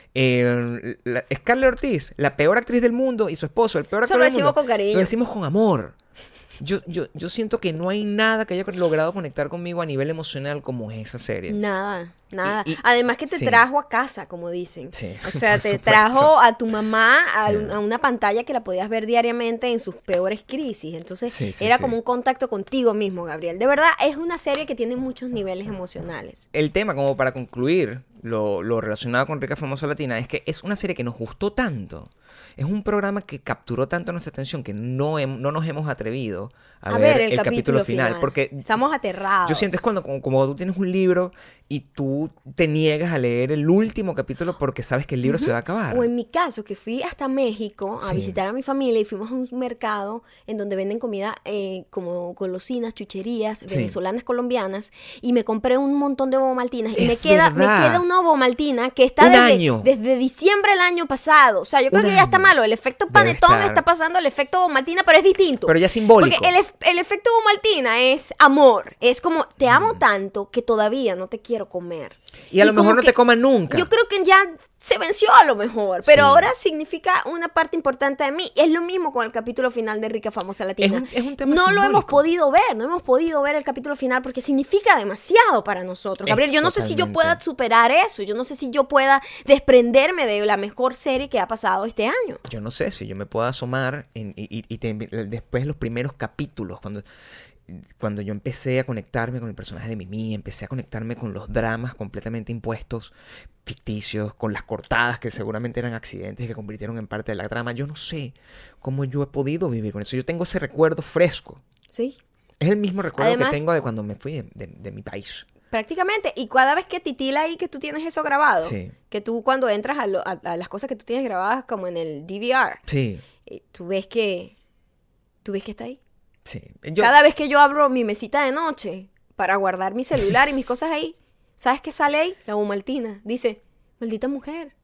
Eh, la- Scarlett Ortiz, la peor actriz del mundo, y su esposo, el peor Eso actor lo del decimos mundo, con cariño. lo decimos con amor. Yo, yo, yo siento que no hay nada que haya logrado conectar conmigo a nivel emocional como esa serie. Nada, nada. Y- y- Además que te sí. trajo a casa, como dicen. Sí, O sea, por te supuesto. trajo a tu mamá a, Sí. un- a una pantalla que la podías ver diariamente en sus peores crisis. Entonces, Sí, sí, era sí. como un contacto contigo mismo, Gabriel. De verdad, es una serie que tiene muchos niveles emocionales. El tema, como para concluir lo, lo relacionado con Rica Famosa Latina, es que es una serie que nos gustó tanto. Es un programa que capturó tanto nuestra atención que no, hem- no nos hemos atrevido a, A, ver, ver, el, capítulo, final. Porque Estamos aterrados. yo siento es cuando como, como tú tienes un libro y tú te niegas a leer el último capítulo porque sabes que el libro se va a acabar. O en mi caso, que fui hasta México a Sí. visitar a mi familia y fuimos a un mercado en donde venden comida eh, como golosinas, chucherías Sí. venezolanas, colombianas, y me compré un montón de bomaltinas y me Es queda, me verdad. queda una bomaltina que está Un desde, año. desde diciembre del año pasado. O sea, yo creo Un que ya está año. malo. El efecto Debe panetón estar. está pasando el efecto bomaltina, pero es distinto. Pero ya es simbólico. Porque el, ef- el efecto bomaltina es amor. Es como, te amo tanto que todavía no te quiero comer. Y a lo como mejor no que- te coman nunca. Yo creo que ya se venció a lo mejor, pero Sí. ahora significa una parte importante de mí. Es lo mismo con el capítulo final de Rica Famosa Latina. Es un- es un tema no lo hemos simbólico. podido ver, no hemos podido ver el capítulo final porque significa demasiado para nosotros. Es Gabriel, yo no sé si yo totalmente. pueda superar eso, yo no sé si yo pueda desprenderme de la mejor serie que ha pasado este año. Yo no sé si yo me puedo asomar en- y, y- y te- después los primeros capítulos, cuando, cuando yo empecé a conectarme con el personaje de Mimi, empecé a conectarme con los dramas completamente impuestos, ficticios, con las cortadas que seguramente eran accidentes y que convirtieron en parte de la trama. Yo no sé cómo yo he podido vivir con eso. Yo tengo ese recuerdo fresco. Sí. Es el mismo recuerdo Además- que tengo de cuando me fui de, de- de mi país. Prácticamente, y cada vez que titila ahí que tú tienes eso grabado, Sí. que tú cuando entras a, lo- a- a las cosas que tú tienes grabadas como en el D V R, Sí, eh, tú ves que tú ves que está ahí. sí. Yo, Cada vez que yo abro mi mesita de noche para guardar mi celular y mis cosas ahí, ¿sabes qué sale ahí? La Bomaltina. Dice, maldita mujer,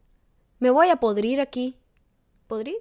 me voy a podrir aquí. ¿Podrir?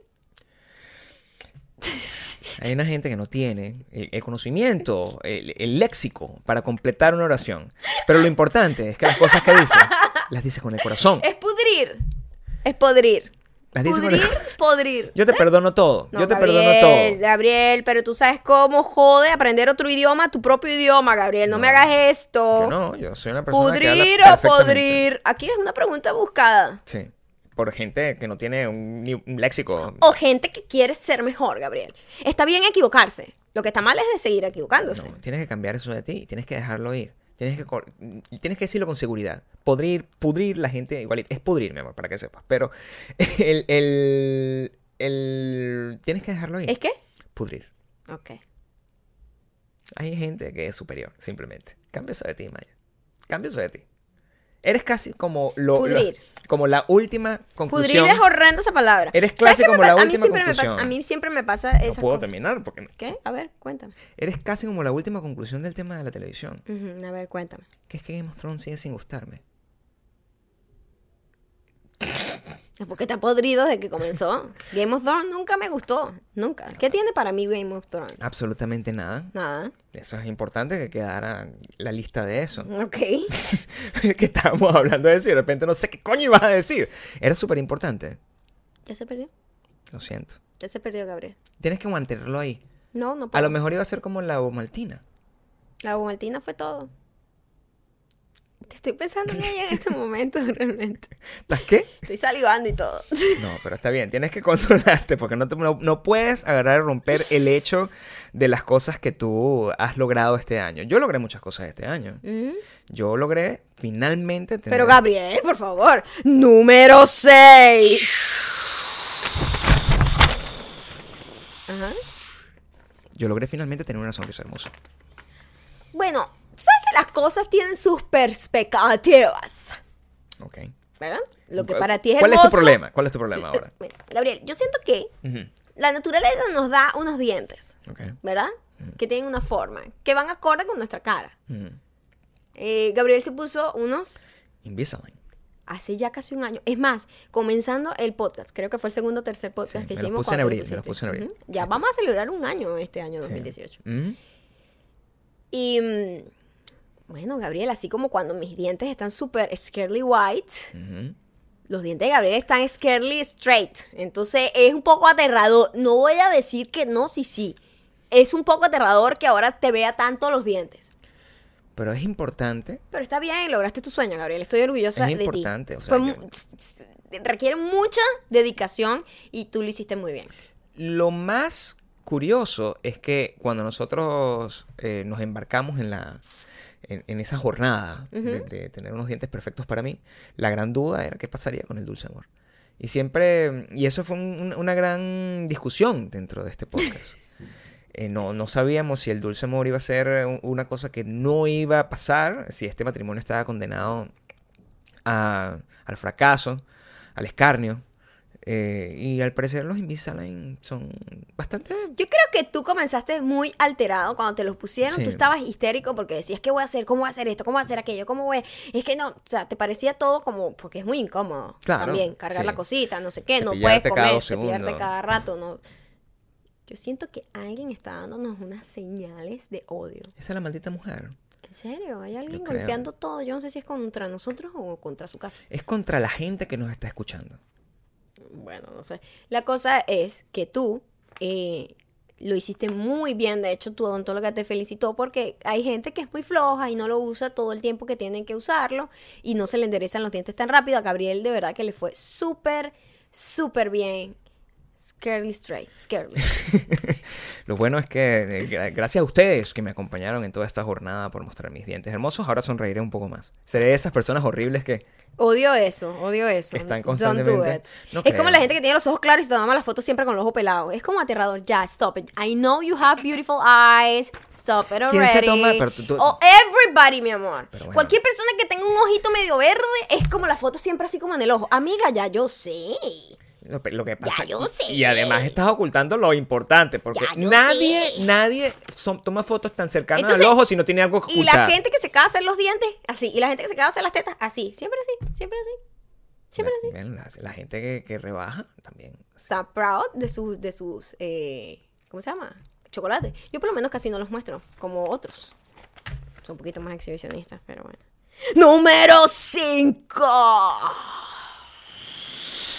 Hay una gente que no tiene el, el conocimiento, el, el léxico para completar una oración. Pero lo importante es que las cosas que dice, las dice con el corazón. Es pudrir. Es podrir. Las dices con Pudrir, el- podrir. Yo te ¿Eh? perdono todo. No, Yo te Gabriel, perdono todo. Gabriel, pero tú sabes cómo jode aprender otro idioma, tu propio idioma, Gabriel. No, No, me hagas esto. Yo no, yo soy una persona que habla ¿Pudrir o perfectamente. podrir? Aquí es una pregunta buscada. Sí. Por gente que no tiene un, ni un léxico. O gente que quiere ser mejor, Gabriel. Está bien equivocarse. Lo que está mal es de seguir equivocándose. No, tienes que cambiar eso de ti. Tienes que dejarlo ir. Tienes que, cor- tienes que decirlo con seguridad. Podrir, pudrir la gente igual. Es pudrir, mi amor, para que sepas. Pero el, el, el... Tienes que dejarlo ir. ¿Es qué? Pudrir. Ok. Hay gente que es superior, simplemente. Cambia eso de ti, Maya. Cambia eso de ti. Eres casi como lo, Pudrir. lo- como la última conclusión. Pudrir es horrenda esa palabra. Eres ¿Sabes casi qué me como la pasa? a mí última siempre me conclusión. pasa, A mí siempre me pasa No esas puedo cosas. terminar porque ¿Qué? A ver, cuéntame. eres casi como la última conclusión del tema de la televisión. Ujú, a ver, cuéntame. Que es que Game of Thrones sigue sin gustarme. Es porque está podrido desde que comenzó. Game of Thrones nunca me gustó. Nunca. ¿Qué tiene para mí Game of Thrones? Absolutamente nada. Nada. Eso es importante que quedara la lista de eso. Ok. Que estábamos hablando de eso y de repente no sé qué coño ibas a decir. Era súper importante. ¿Ya se perdió? Lo siento. Ya se perdió, Gabriel. Tienes que mantenerlo ahí. No, no A puedo. lo mejor iba a ser como la Omaltina. La Bomaltina fue todo. Te estoy pensando en ella en este momento, realmente. ¿Estás qué? Estoy salivando y todo. No, pero está bien. Tienes que controlarte porque no, te- no, no puedes agarrar y romper el hecho de las cosas que tú has logrado este año. Yo logré muchas cosas este año. Mm. Yo logré finalmente tener... Pero Gabriel, por favor. Número seis. Ajá. Yo logré finalmente tener una sonrisa hermosa. Bueno, tú sabes que las cosas tienen sus perspectivas, Ok. ¿verdad? Lo que para ti es ¿Cuál hermoso. es tu problema? ¿Cuál es tu problema ahora? Mira, Gabriel, yo siento que Ujú. la naturaleza nos da unos dientes, Ok. ¿verdad? Que tienen una forma, que van acorde con nuestra cara. Ujú. Eh, Gabriel se puso unos Invisalign. hace ya casi un año. Es más, comenzando el podcast, creo que fue el segundo o tercer podcast Sí, que me los hicimos. puse en cuando tú abril, lo me los pusiste. puse en abril. Ujú. Ya vamos a celebrar un año este año Sí. dos mil dieciocho. Ujú. Y mm, bueno, Gabriel, así como cuando mis dientes están súper scarly white, Ujú. los dientes de Gabriel están scarly straight. Entonces es un poco aterrador. No voy a decir que no, sí, sí. Es un poco aterrador que ahora te vea tanto los dientes. Pero es importante. Pero está bien, lograste tu sueño, Gabriel. Estoy orgullosa Es de ti. importante, o sea, Fue yo- mu- s- s- requiere mucha dedicación y tú lo hiciste muy bien. Lo más curioso es que cuando nosotros eh, nos embarcamos en la en, en esa jornada de, de tener unos dientes perfectos para mí, la gran duda era qué pasaría con el dulce amor. Y siempre, y eso fue un- una gran discusión dentro de este podcast. Eh, no, no sabíamos si el dulce amor iba a ser un- una cosa que no iba a pasar, si este matrimonio estaba condenado a- al fracaso, al escarnio. Eh, y al parecer los Invisalign son bastante... Yo creo que tú comenzaste muy alterado cuando te los pusieron. Sí. Tú estabas histérico porque decías, ¿qué voy a hacer? ¿Cómo voy a hacer esto? ¿Cómo voy a hacer aquello? ¿Cómo voy a...? Es que no, o sea, te parecía todo como... Porque es muy incómodo Claro, también. Cargar sí. la cosita, no sé qué. No puedes Cepillarte cada comer, dos cepillarte segundos. cada rato. No. Yo siento que alguien está dándonos unas señales de odio. Esa es la maldita mujer. ¿En serio? ¿Hay alguien Yo creo. golpeando todo? Yo no sé si es contra nosotros o contra su casa. Es contra la gente que nos está escuchando. Bueno, no sé. La cosa es que tú eh, lo hiciste muy bien. De hecho, tu odontóloga te felicitó porque hay gente que es muy floja y no lo usa todo el tiempo que tienen que usarlo y no se le enderezan los dientes tan rápido. A Gabriel de verdad que le fue súper, súper bien. Scarly straight, scarly. Lo bueno es que eh, gra- gracias a ustedes que me acompañaron en toda esta jornada por mostrar mis dientes hermosos, ahora sonreiré un poco más. Seré de esas personas horribles que... Odio eso, odio eso. Están Don't do constantemente- it. No es creo. como la gente que tiene los ojos claros y se toma las fotos siempre con los ojos pelados. Es como aterrador. Ya, stop it. I know you have beautiful eyes. Stop it already. ¿Quién se toma? Pero tú- tú- Oh, everybody, mi amor. Pero bueno. Cualquier persona que tenga un ojito medio verde es como la foto siempre así como en el ojo. Amiga, ya yo sé. Lo, pe- lo que pasa yo sé. y además estás ocultando lo importante porque Ya yo nadie sé. nadie son- toma fotos tan cercanas Entonces, al ojo si no tiene algo que Y ocultar. la gente que se acaba de hacer los dientes, así. Y la gente que se acaba de hacer las tetas, así. Siempre así, siempre así. Siempre así. Ven, la, la gente que, que rebaja también. Está proud de sus, de sus, eh, ¿cómo se llama? Chocolates. Yo por lo menos casi no los muestro, como otros. Son un poquito más exhibicionistas, pero bueno. Número cinco.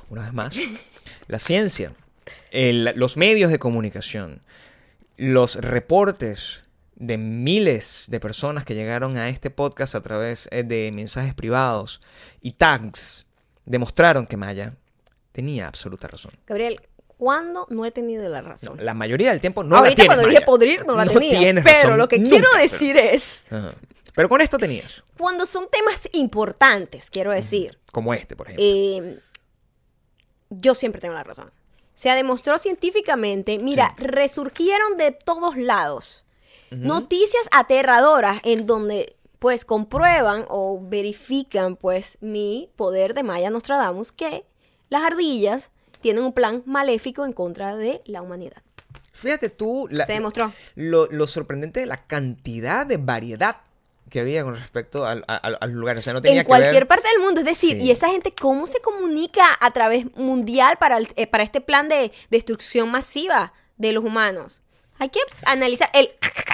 una vez más, la ciencia, el- los medios de comunicación, los reportes de miles de personas que llegaron a este podcast a través eh, de mensajes privados y tags demostraron que Maya tenía absoluta razón. Gabriel, ¿cuándo no he tenido la razón? No, la mayoría del tiempo no Ahorita la tienes, cuando dije Maya. podrir no la No tenía. tienes Pero razón lo que nunca, quiero pero- decir es, Ajá. Pero con esto tenías, cuando son temas importantes, quiero decir, como este, por ejemplo. eh, yo siempre tengo la razón. Se demostró científicamente, mira, resurgieron de todos lados noticias aterradoras en donde pues comprueban o verifican pues mi poder de Maya Nostradamus, que las ardillas tienen un plan maléfico en contra de la humanidad. Fíjate tú la- Se demostró. Lo, lo sorprendente de la cantidad de variedad que había con respecto al, a, a- al lugar. O sea, no tenía En que cualquier ver... parte del mundo, es decir, Sí. y esa gente cómo se comunica a través mundial para, el- eh, para este plan de destrucción masiva de los humanos. Hay que analizar el...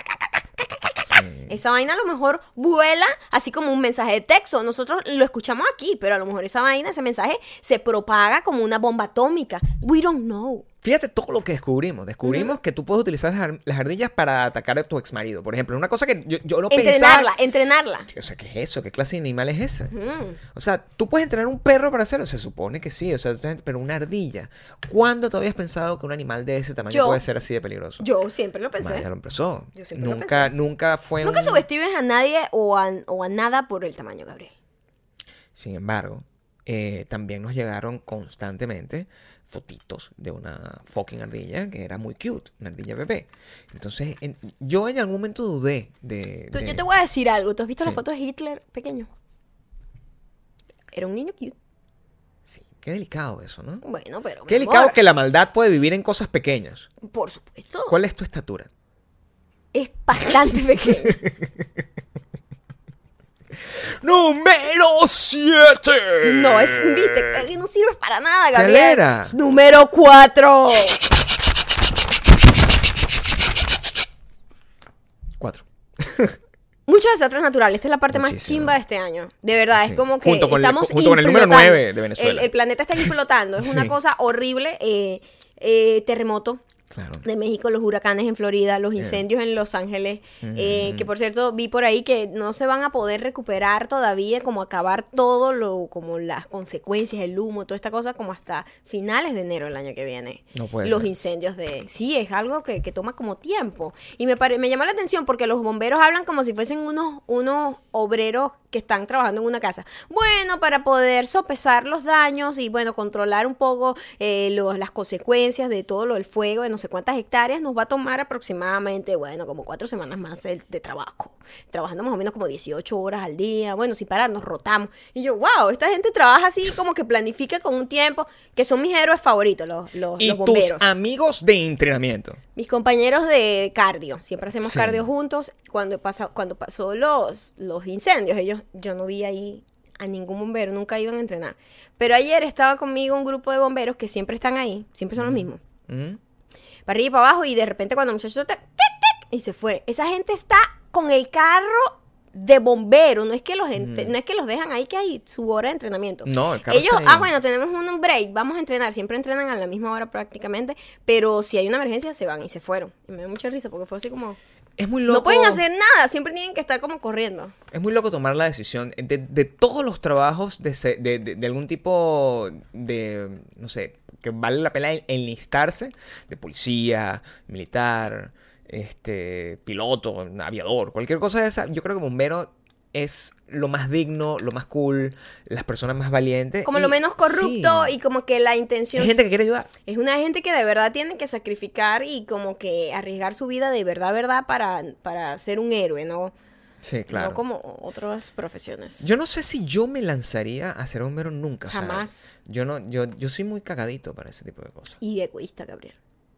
Esa vaina a lo mejor vuela así como un mensaje de texto. Nosotros lo escuchamos aquí, pero a lo mejor esa vaina, ese mensaje se propaga como una bomba atómica. We don't know. Fíjate todo lo que descubrimos. Descubrimos que tú puedes utilizar las ar- las ardillas para atacar a tu exmarido. Por ejemplo, una cosa que yo, yo no Entrenarla, pensaba... entrenarla. O sea, ¿qué es eso? ¿Qué clase de animal es ese? Mm. O sea, ¿tú puedes entrenar un perro para hacerlo? Se supone que sí. O sea, pero una ardilla. ¿Cuándo tú habías pensado que un animal de ese tamaño Yo- puede ser así de peligroso? Yo siempre lo pensé. Maya lo empezó. Yo siempre lo nunca, pensé. nunca fue Nunca un... subestimes a nadie o a, o a nada por el tamaño, Gabriel. Sin embargo, eh, también nos llegaron constantemente fotitos de una fucking ardilla que era muy cute, una ardilla bebé. Entonces, en- yo en algún momento dudé de... Tú- de- Yo te voy a decir algo. ¿Tú has visto Sí. la foto de Hitler pequeño? Era un niño cute. Sí, qué delicado eso, ¿no? Bueno, pero... mi Qué delicado amor, que la maldad puede vivir en cosas pequeñas. Por supuesto. ¿Cuál es tu estatura? Es bastante pequeño. ¡Número siete! No, es... Viste, eh, no sirves para nada, ¿Cuál Gabriel. era? Es número cuatro. Cuatro. Muchos desastres naturales. Esta es la parte más Muchísimo. chimba de este año. De verdad, Sí. es como que Junto con el- estamos junto con el número implotando. nueve de Venezuela. El, el planeta está implotando. Es una Sí. cosa horrible. Eh, eh, terremoto Claro. de México, los huracanes en Florida, los incendios en Los Ángeles, eh, que por cierto vi por ahí que no se van a poder recuperar todavía, como acabar todo lo, como las consecuencias, el humo, toda esta cosa, como hasta finales de enero del año que viene. No puede los ser. incendios de... Sí, es algo que, que toma como tiempo. Y me, pare- me llamó la atención porque los bomberos hablan como si fuesen unos, unos obreros que están trabajando en una casa. Bueno, para poder sopesar los daños y, bueno, controlar un poco eh, los- las consecuencias de todo lo del fuego, de no sé cuántas hectáreas, nos va a tomar aproximadamente, bueno, como cuatro semanas más el- de trabajo. Trabajando más o menos como dieciocho horas al día. Bueno, sin parar, nos rotamos. Y yo, wow, esta gente trabaja así como que planifica con un tiempo, que son mis héroes favoritos, los, los, Y los tus bomberos. amigos de entrenamiento. Mis compañeros de cardio, siempre hacemos Sí. cardio juntos. Cuando pasa, cuando pasó los, los incendios, ellos, yo no vi ahí a ningún bombero, nunca iban a entrenar. Pero ayer estaba conmigo un grupo de bomberos que siempre están ahí, siempre son los mismos. ¿Mm? Para arriba y para abajo, y de repente cuando el muchacho tic, tic, tic, y se fue. Esa gente está con el carro de bombero, no es que los gente, no es que los dejan ahí, que hay su hora de entrenamiento. No, el carro Ellos, está ahí. ah, bueno, tenemos un break, vamos a entrenar, siempre entrenan a la misma hora prácticamente, pero si hay una emergencia se van y se fueron. Y me dio mucha risa porque fue así como, Es muy loco. no pueden hacer nada, siempre tienen que estar como corriendo. Es muy loco tomar la decisión de, de todos los trabajos de, se- de, de- de algún tipo de, no sé, que vale la pena en- enlistarse, de policía, militar, este, piloto, aviador, cualquier cosa de esa. Yo creo que bombero es lo más digno, lo más cool, las personas más valientes. Como y- lo menos corrupto sí. y como que la intención... Hay gente que quiere ayudar. Es una gente que de verdad tiene que sacrificar y como que arriesgar su vida de verdad, verdad, para, para ser un héroe, ¿no? Sí, claro. No como otras profesiones. Yo no sé si yo me lanzaría a ser bombero nunca. ¿sabes? Jamás. Yo no, yo, yo soy muy cagadito para ese tipo de cosas. Y egoísta, Gabriel.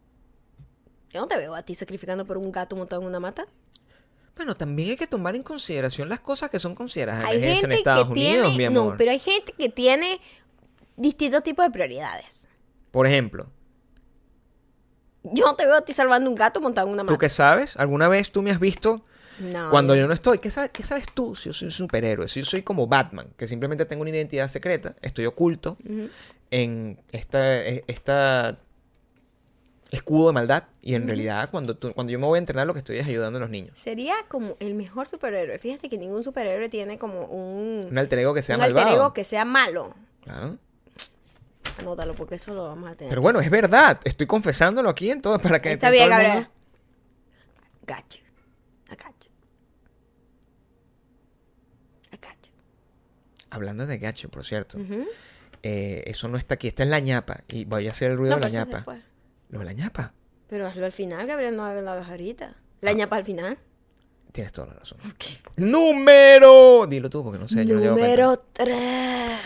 Yo no te veo a ti sacrificando por un gato montado en una mata. Bueno, también hay que tomar en consideración las cosas que son consideradas Hay emergencia en gente Estados que Unidos, mi tiene... amor. No, pero hay gente que tiene distintos tipos de prioridades. Por ejemplo, Yo no te veo a ti salvando un gato montado en una mata. ¿tú qué sabes? ¿Alguna vez tú me has visto No. cuando yo no estoy? ¿Qué sabes, qué sabes tú si yo soy un superhéroe? Si yo soy como Batman, que simplemente tengo una identidad secreta, estoy oculto, en esta, e- esta escudo de maldad. Y en realidad, cuando, tú, cuando yo me voy a entrenar, lo que estoy es ayudando a los niños. Sería como el mejor superhéroe. Fíjate que ningún superhéroe tiene como un... Un alter ego que sea un malvado. alter ego que sea malo. Claro. Anótalo, porque eso lo vamos a tener. Pero bueno, es verdad. Estoy confesándolo aquí en todo para que... Está que bien, todo el Gabriel. mundo- Got you. I got you. I got you. Hablando de gacho, por cierto. Ujú. eh, eso no está aquí. Está en la ñapa. Y voy a hacer el ruido No, de la pero eso es ñapa. después. Lo de la ñapa. Pero hazlo al final, Gabriel, no lo hagas ahorita. La ñapa al final. Tienes toda la razón. ¡Número! Dilo tú, porque no sé. yo no llevo cuenta. Número tres.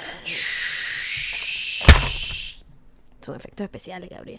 Son efectos especiales, Gabriel.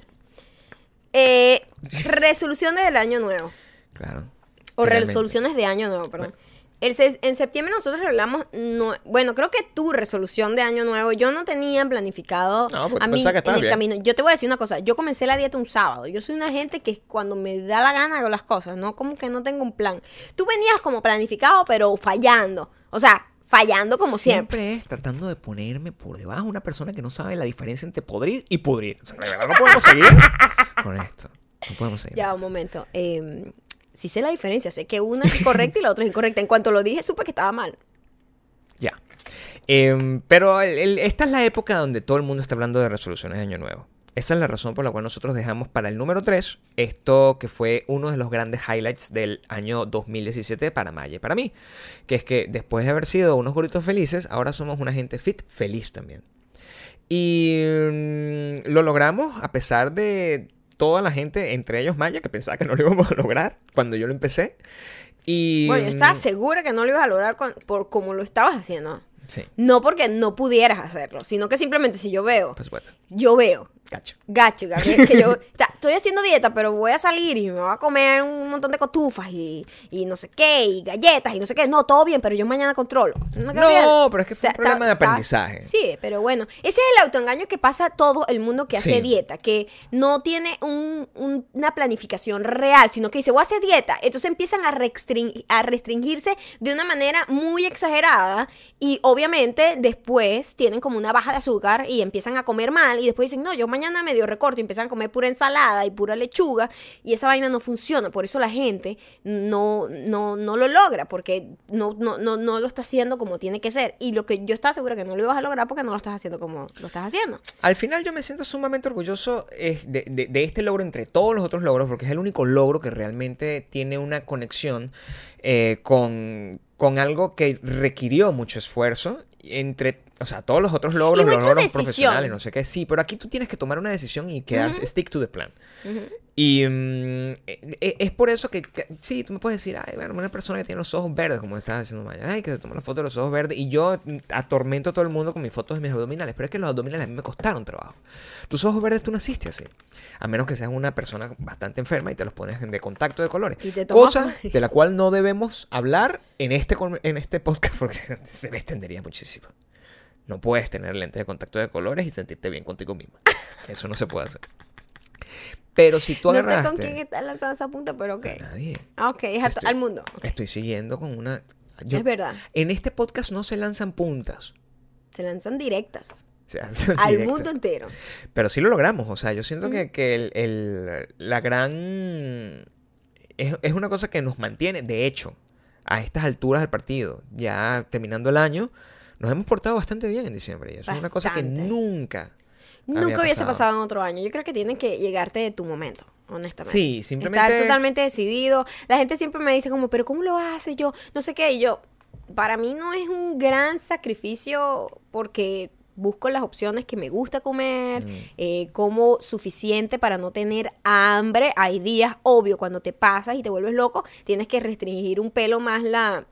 Eh, resoluciones del año nuevo. Claro. O Finalmente. resoluciones de año nuevo, perdón. El se- en septiembre nosotros hablamos, no, bueno, creo que tu resolución de año nuevo, yo no tenía planificado No, porque a mí pensaba que en estabas el bien. camino. Yo te voy a decir una cosa, yo comencé la dieta un sábado. Yo soy una gente que cuando me da la gana hago las cosas, no como que no tengo un plan. Tú venías como planificado, pero fallando. O sea, fallando como siempre. Siempre es tratando de ponerme por debajo de una persona que no sabe la diferencia entre podrir y pudrir. O sea, de verdad no podemos seguir con esto. No podemos seguir. Ya, un momento. Eh, sí sé la diferencia, sé que una es correcta y la otra es incorrecta. En cuanto lo dije, supe que estaba mal. Ya. Em, pero el- el- esta es la época donde todo el mundo está hablando de resoluciones de Año Nuevo. Esa es la razón por la cual nosotros dejamos para el número tres esto que fue uno de los grandes highlights del año dos mil diecisiete para Maya y para mí. Que es que después de haber sido unos gorditos felices, ahora somos una gente fit feliz también. Y mm, lo logramos a pesar de toda la gente, entre ellos Maya, que pensaba que no lo íbamos a lograr cuando yo lo empecé. Y, Bueno, yo estaba mm, segura que no lo ibas a lograr con- por como lo estabas haciendo. Sí, No porque no pudieras hacerlo, sino que simplemente si yo veo, por supuesto. yo veo, Cacho. gacho, Gabriel, que yo o sea, estoy haciendo dieta, pero voy a salir y me voy a comer un montón de cotufas y, y no sé qué, y galletas y no sé qué. No, todo bien, pero yo mañana controlo. ¿No, Gabriel? No, pero es que fue un Ta- problema ta- de ¿sabes? aprendizaje. Sí, pero bueno, ese es el autoengaño que pasa a todo el mundo que hace Sí. dieta, que no tiene un- un- una planificación real, sino que dice, voy a hacer dieta. Entonces empiezan a, restring- a restringirse de una manera muy exagerada y obviamente después tienen como una baja de azúcar y empiezan a comer mal y después dicen, no, yo mañana medio recorto y empiezan a comer pura ensalada y pura lechuga y esa vaina no funciona. Por eso la gente no, no, no lo logra, porque no, no, no, no lo está haciendo como tiene que ser. Y lo que yo estaba segura que no lo ibas a lograr porque no lo estás haciendo como lo estás haciendo. Al final yo me siento sumamente orgulloso eh, de, de- de este logro entre todos los otros logros, porque es el único logro que realmente tiene una conexión eh, con, con algo que requirió mucho esfuerzo. Entre, o sea, todos los otros logros, Y los mucha logros decisión. profesionales, no sé qué, sí, pero aquí tú tienes que tomar una decisión y quedarse, Ujú. stick to the plan. Ujú. Y mm, e- e- es por eso que, que- sí, tú me puedes decir, ay, bueno, una persona que tiene los ojos verdes, como estás diciendo Maya, ay, que se toma la foto de los ojos verdes, y yo mm, atormento a todo el mundo con mis fotos de mis abdominales, pero es que los abdominales a mí me costaron trabajo. Tus ojos verdes tú naciste así, a menos que seas una persona bastante enferma y te los pones de contacto de colores, Y te tomas- cosa de la cual no debemos hablar en este, con- en este podcast porque se me extendería muchísimo. No puedes tener lentes de contacto de colores y sentirte bien contigo misma. Eso no se puede hacer. Pero si tú No sé agarraste... con quién estás lanzando esa punta, pero ok. A nadie. Ah, ok, es a to- Estoy- al mundo. Estoy siguiendo con una... yo- Es verdad. En este podcast no se lanzan puntas. Se lanzan directas Se lanzan al directas. mundo entero. Pero sí lo logramos. O sea, yo siento que, que el, el- la gran... Es, es una cosa que nos mantiene. De hecho, a estas alturas del partido, ya terminando el año, nos hemos portado bastante bien en diciembre. Y eso es una cosa que Bastante. nunca... Nunca había hubiese pasado. pasado en otro año. Yo creo que tiene que llegarte de tu momento, honestamente. Sí, simplemente... Estar totalmente decidido. La gente siempre me dice como, pero ¿cómo lo haces? Yo no sé qué. Y yo, para mí no es un gran sacrificio porque busco las opciones que me gusta comer, Mm. eh, como suficiente para no tener hambre. Hay días, obvio, cuando te pasas y te vuelves loco, tienes que restringir un pelo más la...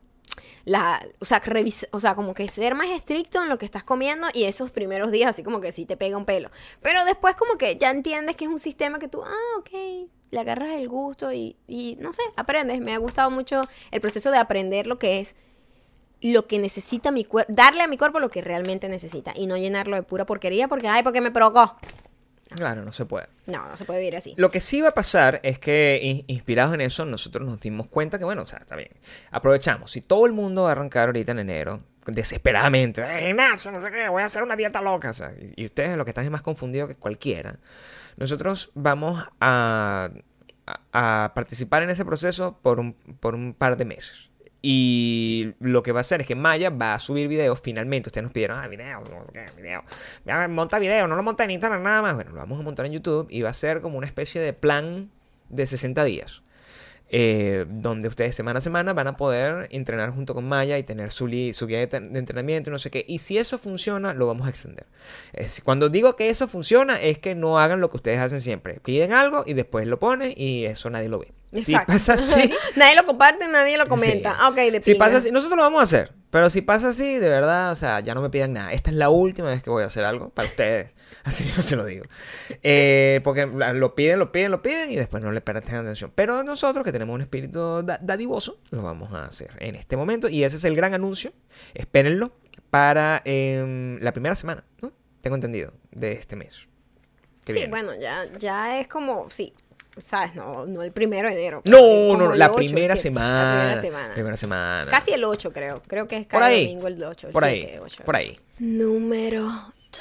La, o sea, revis- o sea, como que ser más estricto en lo que estás comiendo y esos primeros días así como que sí te pega un pelo. Pero después como que ya entiendes que es un sistema que tú, ah, ok, le agarras el gusto y, y no sé, aprendes. Me ha gustado mucho el proceso de aprender lo que es lo que necesita mi cuerpo, darle a mi cuerpo lo que realmente necesita y no llenarlo de pura porquería porque, ay, porque me provocó. Claro, no se puede. No, no se puede vivir así. Lo que sí va a pasar es que, in- inspirados en eso, nosotros nos dimos cuenta que, bueno, o sea, está bien. Aprovechamos. Si todo el mundo va a arrancar ahorita en enero desesperadamente, "Eh, gimnasio, no sé qué, voy a hacer una dieta loca". O sea, y, y ustedes lo que están es más confundidos que cualquiera. Nosotros vamos a, a, a participar en ese proceso por un, por un par de meses. Y lo que va a hacer es que Maya va a subir videos finalmente. Ustedes nos pidieron, ah, video, no, ¿qué? Video. Ya, monta video, no lo monta en Instagram nada más. Bueno, lo vamos a montar en YouTube y va a ser como una especie de plan de sesenta días. Eh, donde ustedes semana a semana van a poder entrenar junto con Maya y tener su, li- su guía de, te- de entrenamiento y no sé qué. Y si eso funciona, lo vamos a extender. Es- cuando digo que eso funciona, es que no hagan lo que ustedes hacen siempre. Piden algo y después lo ponen y eso nadie lo ve. Si Exacto. pasa así, Nadie lo comparte, nadie lo comenta. sí. Ah, ok, de Si pinga. pasa así, nosotros lo vamos a hacer. Pero si pasa así, de verdad, o sea, ya no me pidan nada. Esta es la última vez que voy a hacer algo para ustedes. Así yo se lo digo. Eh, porque lo piden, lo piden, lo piden y después no le prestan atención. Pero nosotros, que tenemos un espíritu da- dadivoso, lo vamos a hacer en este momento. Y ese es el gran anuncio. Espérenlo para eh, la primera semana, ¿no? Tengo entendido, de este mes. que Sí, viene. bueno, ya, ya es como, sí, ¿sabes? No, no el primero de enero. No, como no, el la ocho, primera sí, semana. La primera semana. Primera semana. Casi el ocho, creo. Creo que es Por cada ahí. domingo el ocho. El Por siete, ahí. ocho, Por algo ahí. así. Número dos.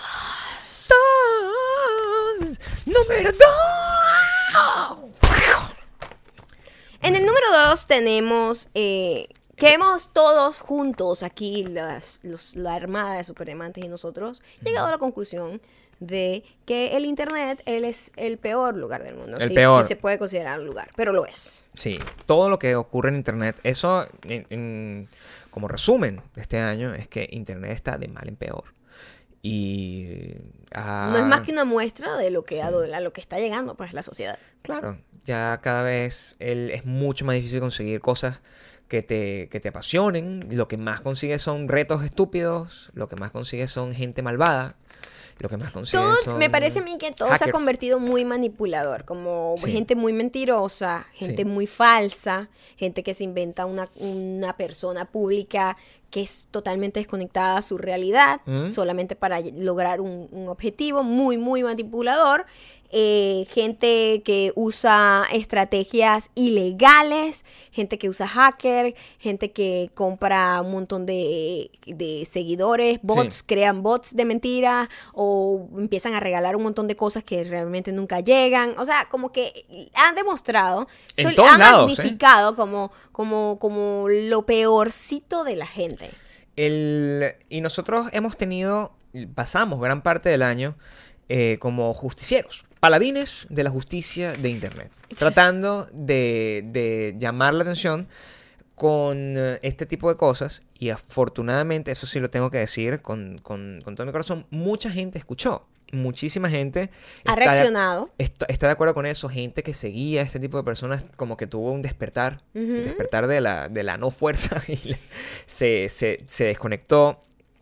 Dos. Número dos. En el número dos tenemos eh, que hemos todos juntos aquí, las, los, la Armada de Superdiamantes y nosotros, llegado a la conclusión de que el Internet él es el peor lugar del mundo. El sí, peor. sí se puede considerar un lugar, pero lo es. Sí, todo lo que ocurre en Internet, eso, en- en- como resumen de este año, es que Internet está de mal en peor. Y... ah, No es más que una muestra de lo que, sí. a, a lo que está llegando pues la sociedad. Claro, ya cada vez el- es mucho más difícil conseguir cosas que te, que te apasionen. Lo que más consigues son retos estúpidos, lo que más consigues son gente malvada, lo que más consigues Todo, son me parece a mí que todo se ha hackers. convertido muy manipulador, como Sí. gente muy mentirosa, gente Sí. muy falsa, gente que se inventa una, una persona pública que es totalmente desconectada a su realidad, ¿Mm? solamente para lograr un, un objetivo, muy, muy manipulador. Eh, gente que usa estrategias ilegales, gente que usa hacker, gente que compra un montón de, de seguidores, bots, Sí. crean bots de mentira o empiezan a regalar un montón de cosas que realmente nunca llegan. O sea, como que han demostrado, En sol- todos han lados, ¿eh? magnificado como, como, como lo peorcito de la gente. El, y nosotros hemos tenido, pasamos gran parte del año eh, como justicieros, paladines de la justicia de Internet, tratando de, de llamar la atención con eh, este tipo de cosas. Y afortunadamente, eso sí lo tengo que decir con, con, con todo mi corazón, mucha gente escuchó. Muchísima gente Ha está de- reaccionado. Está, está de acuerdo con eso, gente que seguía a este tipo de personas como que tuvo un despertar, un Ujú. despertar de la, de la no fuerza y le- se, se, se desconectó.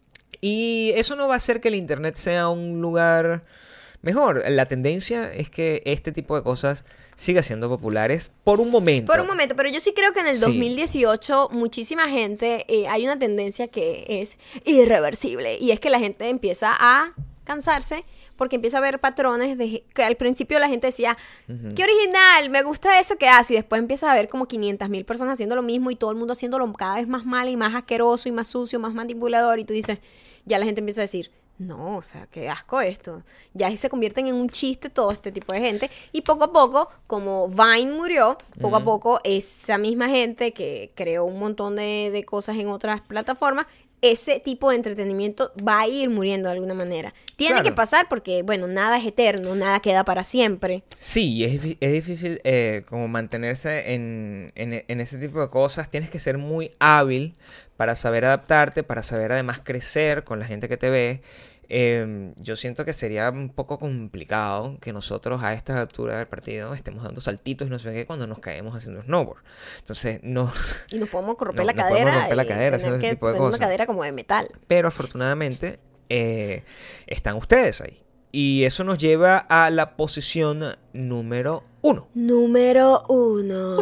Y eso no va a hacer que el Internet sea un lugar mejor. La tendencia es que este tipo de cosas siga siendo populares por un momento. Por un momento, pero yo sí creo que en el Sí. dos mil dieciocho muchísima gente, eh, hay una tendencia que es irreversible y es que la gente empieza a cansarse porque empieza a ver patrones de que al principio la gente decía, qué original, me gusta eso que hace y después empieza a ver como quinientas mil personas haciendo lo mismo y todo el mundo haciéndolo cada vez más mal y más asqueroso y más sucio, más manipulador y tú dices, ya la gente empieza a decir, no, o sea, qué asco esto. Ya se convierten en un chiste todo este tipo de gente. Y poco a poco, como Vine murió, poco a Ujú. poco esa misma gente que creó un montón de, de cosas en otras plataformas, ese tipo de entretenimiento va a ir muriendo de alguna manera. Tiene Claro. que pasar porque, bueno, nada es eterno, nada queda para siempre. Sí, es, difí- es difícil eh, como mantenerse en, en, en ese tipo de cosas. Tienes que ser muy hábil para saber adaptarte, para saber además crecer con la gente que te ve. Eh, yo siento que sería un poco complicado que nosotros a esta altura del partido estemos dando saltitos y no sé qué cuando nos caemos haciendo snowboard. Entonces, no. Y nos podemos romper No, la nos podemos cadera. romper la y cadera tener haciendo ese que tipo de tener una cosas. cadera como de metal. Pero afortunadamente eh, están ustedes ahí. Y eso nos lleva a la posición número uno. Número uno.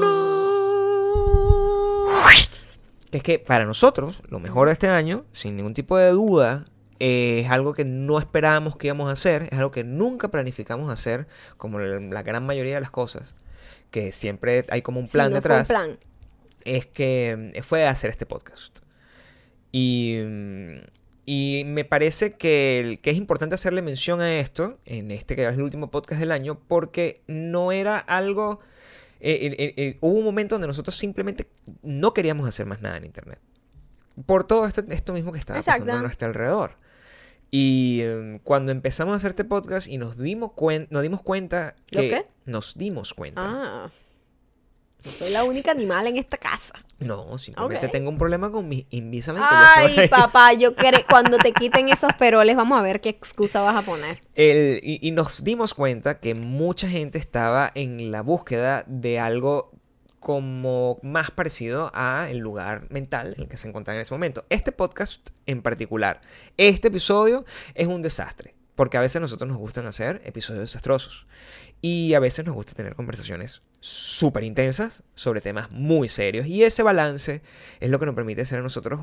Que es que para nosotros, lo mejor de este año, sin ningún tipo de duda, eh, es algo que no esperábamos que íbamos a hacer, es algo que nunca planificamos hacer, como la, la gran mayoría de las cosas, que siempre hay como un plan Sí, no detrás, fue un plan. es que eh, fue hacer este podcast. Y, mm, y me parece que, el- que es importante hacerle mención a esto, en este que es el último podcast del año, porque no era algo... eh, eh, eh, eh, hubo un momento donde nosotros simplemente no queríamos hacer más nada en Internet. Por todo esto, esto mismo que estaba pasando Exacto. a nuestro alrededor. Y eh, cuando empezamos a hacer este podcast y nos dimos, cuen- nos dimos cuenta ¿Lo que... qué? Nos dimos cuenta. Ah, no soy la única animal en esta casa. No, simplemente Ok. tengo un problema con mi Invisalign. que ya se van a Ay, ir. papá, yo cre- cuando te quiten esos peroles, vamos a ver qué excusa vas a poner. El- y, y nos dimos cuenta que mucha gente estaba en la búsqueda de algo como más parecido a el lugar mental en el que se encontraba en ese momento. Este podcast en particular, este episodio es un desastre, porque a veces a nosotros nos gustan hacer episodios desastrosos y a veces nos gusta tener conversaciones súper intensas sobre temas muy serios, y ese balance es lo que nos permite ser a nosotros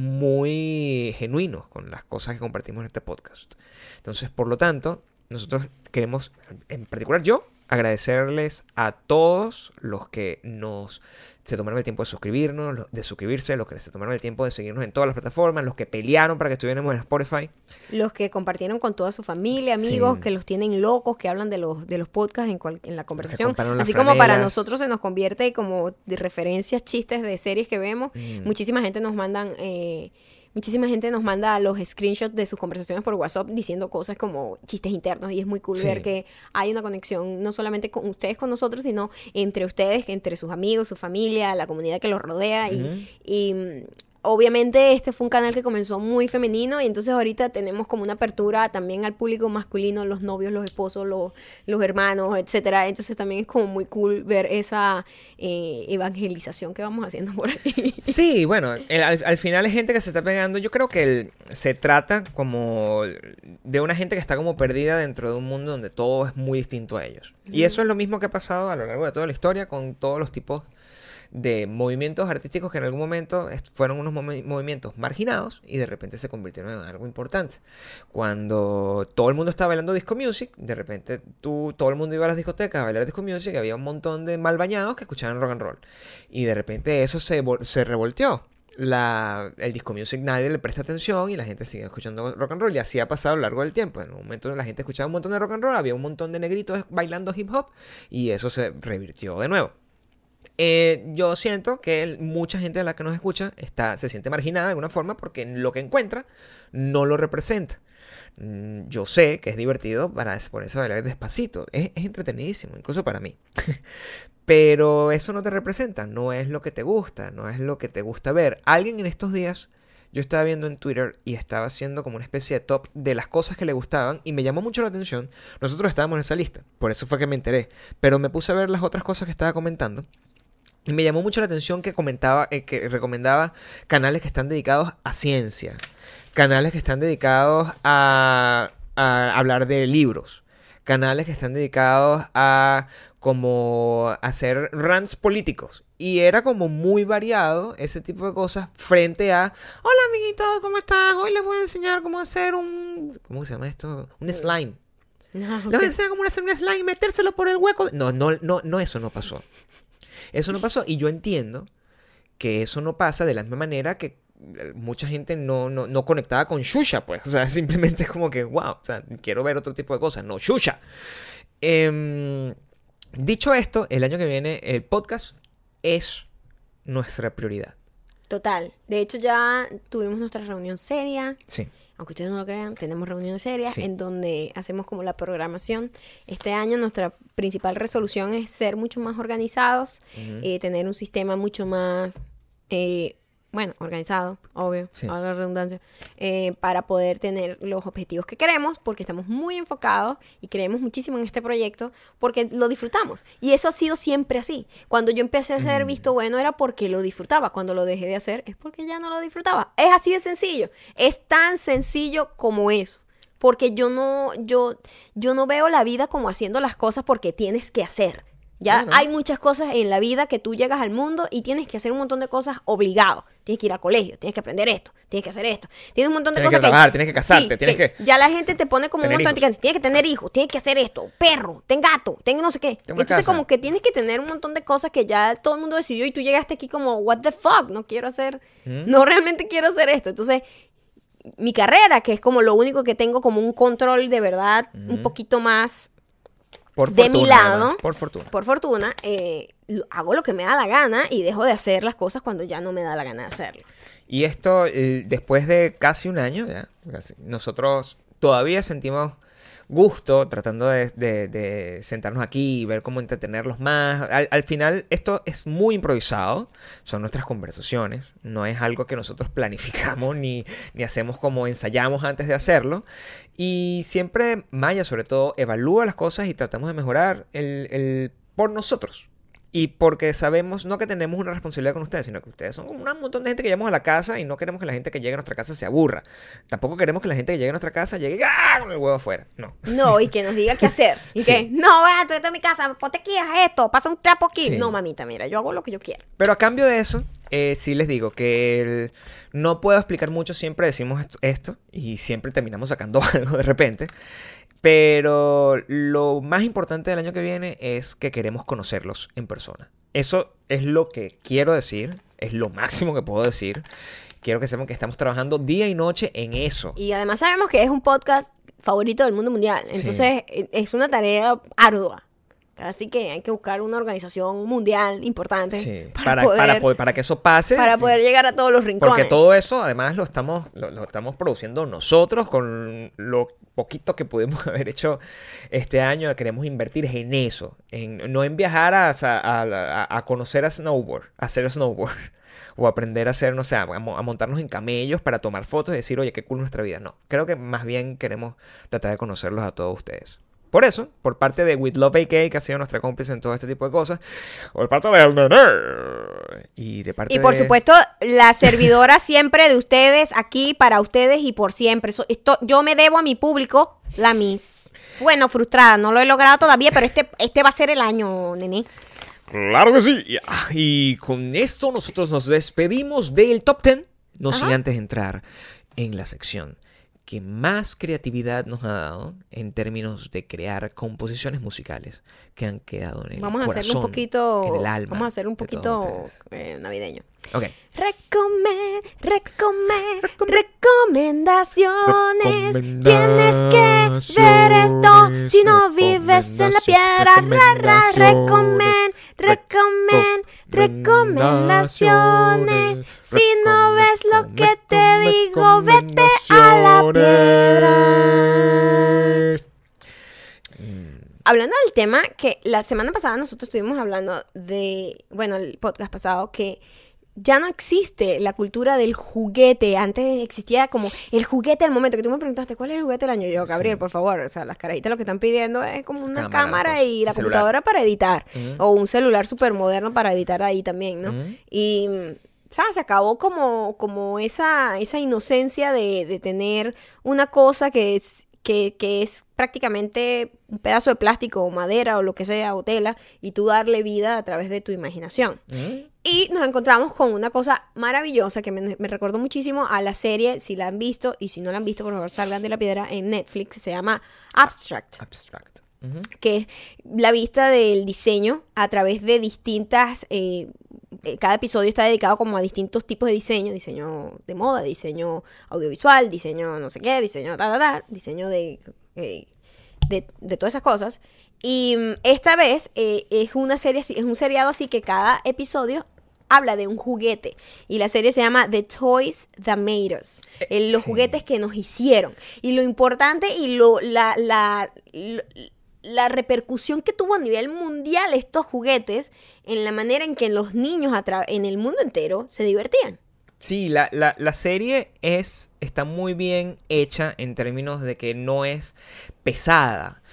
muy genuinos con las cosas que compartimos en este podcast. Entonces, por lo tanto, nosotros queremos, en particular yo, agradecerles a todos los que nos se tomaron el tiempo de suscribirnos, los- de suscribirse, los que se tomaron el tiempo de seguirnos en todas las plataformas, los que pelearon para que estuviéramos en Spotify. Los que compartieron con toda su familia, amigos, Sí. que los tienen locos, que hablan de los, de los podcasts en, cual- en la conversación. compraron las Así como para franelas. nosotros se nos convierte como de referencias, chistes de series que vemos. Mm. Muchísima gente nos mandan... eh, Muchísima gente nos manda los screenshots de sus conversaciones por WhatsApp diciendo cosas como chistes internos, y es muy cool Sí. ver que hay una conexión no solamente con ustedes, con nosotros, sino entre ustedes, entre sus amigos, su familia, la comunidad que los rodea. Ujú. y, y, mm, obviamente este fue un canal que comenzó muy femenino, y entonces ahorita tenemos como una apertura también al público masculino, los novios, los esposos, los, los hermanos, etcétera. Entonces también es como muy cool ver esa eh, evangelización que vamos haciendo por ahí. Sí, bueno, el- al, al final es gente que se está pegando. Yo creo que el- se trata como de una gente que está como perdida dentro de un mundo donde todo es muy distinto a ellos. Y eso es lo mismo que ha pasado a lo largo de toda la historia con todos los tipos de movimientos artísticos que en algún momento est- fueron unos movi- movimientos marginados y de repente se convirtieron en algo importante. Cuando todo el mundo estaba bailando disco music, de repente tú, todo el mundo iba a las discotecas a bailar disco music, y había un montón de mal bañados que escuchaban rock and roll. Y de repente eso se, vol- se revolteó. La, el disco music nadie le presta atención y la gente sigue escuchando rock and roll, y así ha pasado a lo largo del tiempo. En un momento la gente escuchaba un montón de rock and roll, había un montón de negritos bailando hip hop, y eso se revirtió de nuevo. Eh, yo siento que el- mucha gente de la que nos escucha está, se siente marginada de alguna forma porque lo que encuentra no lo representa. Mm, Yo sé que es divertido para ponerse a bailar despacito. Es, es entretenidísimo, incluso para mí. Pero eso no te representa, no es lo que te gusta, no es lo que te gusta ver. Alguien en estos días, yo estaba viendo en Twitter y estaba haciendo como una especie de top de las cosas que le gustaban, y me llamó mucho la atención. Nosotros estábamos en esa lista, por eso fue que me enteré. Pero me puse a ver las otras cosas que estaba comentando. Y me llamó mucho la atención que comentaba, eh, que recomendaba canales que están dedicados a ciencia, canales que están dedicados a, a hablar de libros, canales que están dedicados a como hacer rants políticos. Y era como muy variado ese tipo de cosas frente a, hola amiguitos, ¿cómo estás? Hoy les voy a enseñar cómo hacer un, ¿cómo se llama esto? Un slime. No, Les voy a enseñar cómo hacer un slime y metérselo por el hueco. No, no, no, no, eso no pasó. Eso no pasó, y yo entiendo que eso no pasa de la misma manera que eh, mucha gente no, no, no conectaba con Xuxa, pues. O sea, simplemente es como que, wow, o sea, quiero ver otro tipo de cosas. No, Xuxa. Em, dicho esto, el año que viene el podcast es nuestra prioridad. Total. De hecho, ya tuvimos nuestra reunión seria. Sí. Aunque ustedes no lo crean, tenemos reuniones serias Sí. en donde hacemos como la programación. Este año nuestra principal resolución es ser mucho más organizados, Ujú. eh, tener un sistema mucho más, eh, bueno, organizado, obvio, Sí. ahora la redundancia, eh, para poder tener los objetivos que queremos, porque estamos muy enfocados y creemos muchísimo en este proyecto, porque lo disfrutamos. Y eso ha sido siempre así. Cuando yo empecé a hacer Mm. Visto Bueno era porque lo disfrutaba. Cuando lo dejé de hacer es porque ya no lo disfrutaba. Es así de sencillo. Es tan sencillo como eso. Porque yo no, yo, yo no veo la vida como haciendo las cosas porque tienes que hacer. Ya no, no. hay muchas cosas en la vida que tú llegas al mundo y tienes que hacer un montón de cosas obligado. Tienes que ir al colegio, tienes que aprender esto, tienes que hacer esto. Tienes un montón de Tienes cosas que trabajar, tienes que casarte, sí, tienes que... Ya la gente te pone como un tener montón de... hijos. Tienes que tener hijos, tienes que hacer esto, perro, ten gato, ten no sé qué. Ten una Entonces casa. como que tienes que tener un montón de cosas que ya todo el mundo decidió y tú llegaste aquí como, what the fuck, no quiero hacer... ¿Mm? No realmente quiero hacer esto. Entonces... mi carrera, que es como lo único que tengo como un control de verdad un poquito más Por de fortuna, mi lado, además, por fortuna. por fortuna, eh, lo- hago lo que me da la gana y dejo de hacer las cosas cuando ya no me da la gana de hacerlo. Y esto, eh, después de casi un año, ya, casi, nosotros todavía sentimos gusto tratando de, de- de sentarnos aquí y ver cómo entretenerlos más. Al, al final, esto es muy improvisado, son nuestras conversaciones, no es algo que nosotros planificamos ni, ni hacemos como ensayamos antes de hacerlo. Y siempre Maya, sobre todo, evalúa las cosas y tratamos de mejorar el, el por nosotros. Y porque sabemos, no que tenemos una responsabilidad con ustedes, sino que ustedes son como un montón de gente que llegamos a la casa y no queremos que la gente que llegue a nuestra casa se aburra. Tampoco queremos que la gente que llegue a nuestra casa llegue ¡ah! Con el huevo afuera. No. No, y que nos diga qué hacer. Y Sí. que, no, vaya, tú estás en mi casa, ponte aquí, haz esto, pasa un trapo aquí. Sí. No, mamita, mira, yo hago lo que yo quiero. Pero a cambio de eso, eh, sí les digo que el- no puedo explicar mucho, siempre decimos esto, esto y siempre terminamos sacando algo de repente. Pero lo más importante del año que viene es que queremos conocerlos en persona. Eso es lo que quiero decir, es lo máximo que puedo decir. Quiero que sepan que estamos trabajando día y noche en eso. Y además sabemos que es un podcast favorito del mundo mundial. Entonces, eh, es una tarea ardua. Así que hay que buscar una organización mundial importante Sí, para, para, poder, para, poder- para que eso pase. para sí. poder llegar a todos los rincones. Porque todo eso, además, lo estamos, lo, lo estamos produciendo nosotros con lo poquito que pudimos haber hecho este año. Queremos invertir en eso, en, no en viajar a, a, a- a conocer a snowboard, a hacer snowboard, o aprender a hacer, no sé, a, mo- a montarnos en camellos para tomar fotos y decir, oye, qué cool nuestra vida. No, creo que más bien queremos tratar de conocerlos a todos ustedes. Por eso, por parte de With Love A K, que ha sido nuestra cómplice en todo este tipo de cosas, por parte de El Nene, y de parte Y por de... supuesto, la servidora siempre de ustedes, aquí para ustedes y por siempre. So- esto, yo me debo a mi público, la Miss. Bueno, frustrada, no lo he logrado todavía, pero este, este va a ser el año, nene. Claro que sí. Ah, y con esto nosotros nos despedimos del Top diez. No sin Ajá. antes entrar en la sección que más creatividad nos ha dado en términos de crear composiciones musicales que han quedado en el Vamos a corazón, hacerlo un poquito, en el alma. vamos a hacer un de todos poquito ustedes. eh, navideño. Ok. Recomen, recomen, recomendaciones. Recomendaciones. Tienes que ver esto si no vives en la piedra. Ra, ra, recomen, recomen, recomendaciones. Si no ves lo que te digo, vete a la piedra. Hablando del tema, que la semana pasada nosotros estuvimos hablando de, bueno, el podcast pasado, que ya no existe la cultura del juguete. Antes existía como el juguete al momento que tú me preguntaste, ¿cuál es el juguete del año? Y yo, Gabriel, Sí. por favor, o sea, las carajitas lo que están pidiendo es como una Cámara, cámara pues, y la el celular. computadora para editar. Ujú. O un celular súper moderno para editar ahí también, ¿no? Ujú. Y, mm, ¿sabes? Se acabó como, como esa, esa inocencia de, de tener una cosa que es, que, que es prácticamente un pedazo de plástico o madera o lo que sea, o tela, y tú darle vida a través de tu imaginación. Mm. Y nos encontramos con una cosa maravillosa que me, me recordó muchísimo a la serie, si la han visto, y si no la han visto, por favor, salgan de la piedra, en Netflix, se llama Abstract, Abstract. Ujú. que es la vista del diseño a través de distintas... eh, eh, cada episodio está dedicado como a distintos tipos de diseño, diseño de moda, diseño audiovisual, diseño no sé qué, diseño ta, ta, ta, diseño de, eh, de, de todas esas cosas. Y mm, esta vez eh, es una serie, así- es un seriado así que cada episodio habla de un juguete. Y la serie se llama The Toys That Made Us. Eh, los sí. juguetes que nos hicieron. Y lo importante y lo, la, la, lo- la repercusión que tuvo a nivel mundial estos juguetes en la manera en que los niños a tra- en el mundo entero se divertían. Sí, la, la, la serie es, está muy bien hecha en términos de que no es pesada.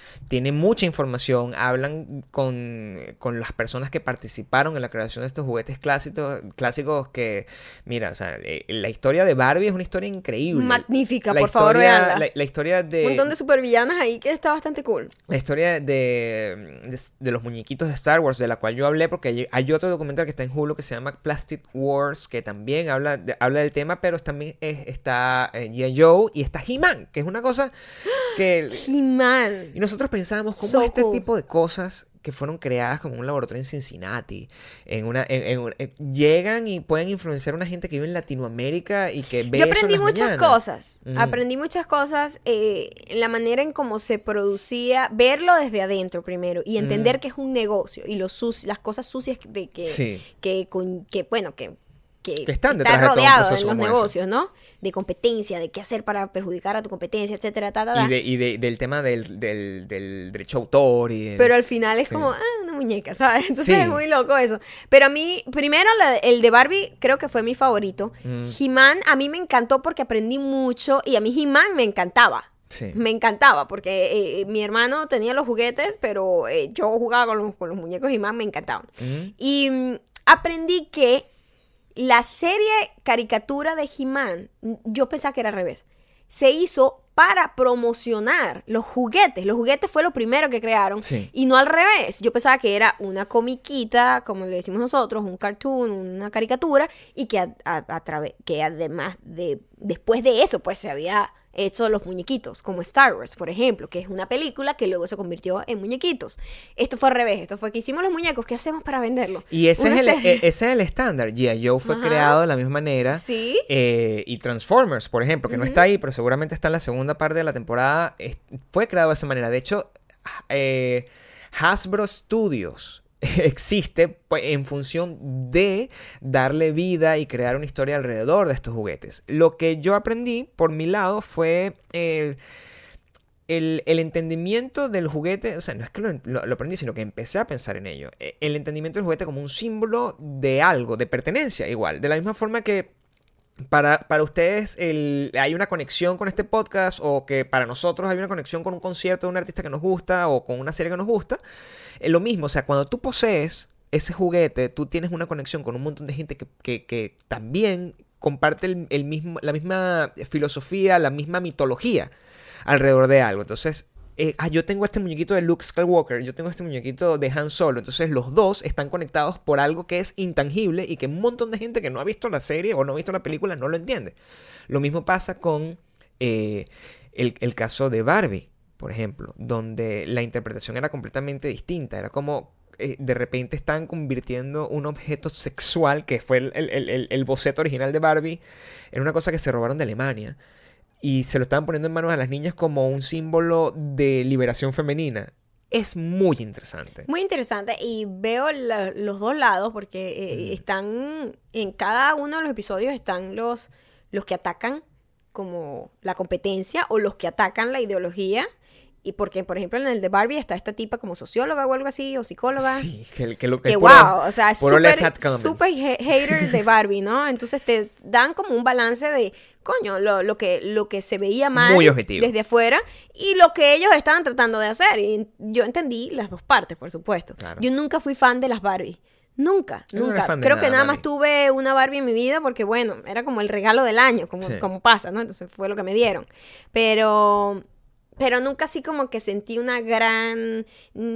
tiene mucha información, hablan con, con las personas que participaron en la creación de estos juguetes clásicos, clásicos que, mira, o sea, eh, la historia de Barbie es una historia increíble. Magnífica, la por historia, favor, véanla. La, la historia de... Un montón de supervillanas ahí que está bastante cool. La historia de, de, de los muñequitos de Star Wars, de la cual yo hablé, porque hay, hay otro documental que está en Hulu que se llama Plastic Wars, que también habla, de, habla del tema, pero también es, está eh, G I. Joe y está He-Man, que es una cosa que... He-Man. Y nosotros pensábamos cómo So este cool. tipo de cosas que fueron creadas como un laboratorio en Cincinnati, en una, en, en, en, llegan y pueden influenciar a una gente que vive en Latinoamérica y que ve Yo eso en aprendí las muchas mañanas. cosas. Mm. Aprendí muchas cosas. Eh, la manera en cómo se producía, verlo desde adentro primero y entender Mm. que es un negocio y los suci- las cosas sucias de que, Sí. que, con- que bueno, que, que, Que están está detrás de todo un rodeado proceso en los como ese. negocios, ¿no? De competencia, de qué hacer para perjudicar a tu competencia, etcétera, ta, ta, ta. Y, de, y de, del tema del, del, del derecho a autor y... del- Pero al final es Sí. como, ah, una muñeca, ¿sabes? Entonces Sí. es muy loco eso. Pero a mí, primero la- el de Barbie creo que fue mi favorito. Mm. He-Man a mí me encantó porque aprendí mucho y a mí He-Man me encantaba. Sí. Me encantaba porque eh, mi hermano tenía los juguetes, pero eh, yo jugaba con los, con los muñecos He-Man, me encantaban. Mm. Y mm, aprendí que la serie caricatura de He-Man, yo pensaba que era al revés, se hizo para promocionar los juguetes. Los juguetes fue lo primero que crearon Sí. y no al revés. Yo pensaba que era una comiquita, como le decimos nosotros, un cartoon, una caricatura, y que, a, a- a través, que además de, después de eso, pues se había hecho los muñequitos, como Star Wars, por ejemplo, que es una película que luego se convirtió en muñequitos. Esto fue al revés, esto fue que hicimos los muñecos, ¿qué hacemos para venderlos? Y ese Una es, el, serie. e- ese es el estándar. G I. Joe fue Ajá. creado de la misma manera. Sí. Eh, y Transformers, por ejemplo, que no está ahí, pero seguramente está en la segunda parte de la temporada, es- fue creado de esa manera. De hecho, eh, Hasbro Studios existe pues, en función de darle vida y crear una historia alrededor de estos juguetes. Lo que yo aprendí por mi lado fue el, el, el entendimiento del juguete. O sea, no es que lo, lo- lo aprendí, sino que empecé a pensar en ello. Eh, El entendimiento del juguete como un símbolo de algo, de pertenencia igual. De la misma forma que para, para ustedes el- hay una conexión con este podcast, o que para nosotros hay una conexión con un concierto de un artista que nos gusta o con una serie que nos gusta, es lo mismo. O sea, cuando tú posees ese juguete, tú tienes una conexión con un montón de gente que, que, que también comparte el, el mismo, la misma filosofía, la misma mitología alrededor de algo. Entonces, eh, ah, yo tengo este muñequito de Luke Skywalker, yo tengo este muñequito de Han Solo. Entonces los dos están conectados por algo que es intangible y que un montón de gente que no ha visto la serie o no ha visto la película no lo entiende. Lo mismo pasa con eh, el, el caso de Barbie, por ejemplo, donde la interpretación era completamente distinta. Era como eh, de repente están convirtiendo un objeto sexual, que fue el, el, el, el boceto original de Barbie, en una cosa que se robaron de Alemania. Y se lo estaban poniendo en manos a las niñas como un símbolo de liberación femenina. Es muy interesante. Muy interesante y veo la- los dos lados porque eh, Mm. están en cada uno de los episodios están los, los que atacan como la competencia o los que atacan la ideología. Y porque, por ejemplo, en el de Barbie está esta tipa como socióloga o algo así, o psicóloga. Sí, que, que lo que Que es puro- wow, o sea, es puro súper left hat comments. súper ha- hater de Barbie, ¿no? Entonces te dan como un balance de, coño, lo, lo que lo que se veía mal Muy objetivo. desde afuera y lo que ellos estaban tratando de hacer. Y yo entendí las dos partes, por supuesto. Claro. Yo nunca fui fan de las Barbie. Nunca, Yo no era nunca. fan de Creo que nada, nada más Barbie. tuve una Barbie en mi vida porque, bueno, era como el regalo del año, como, Sí. como pasa, ¿no? Entonces fue lo que me dieron. Pero... Pero nunca así como que sentí una gran...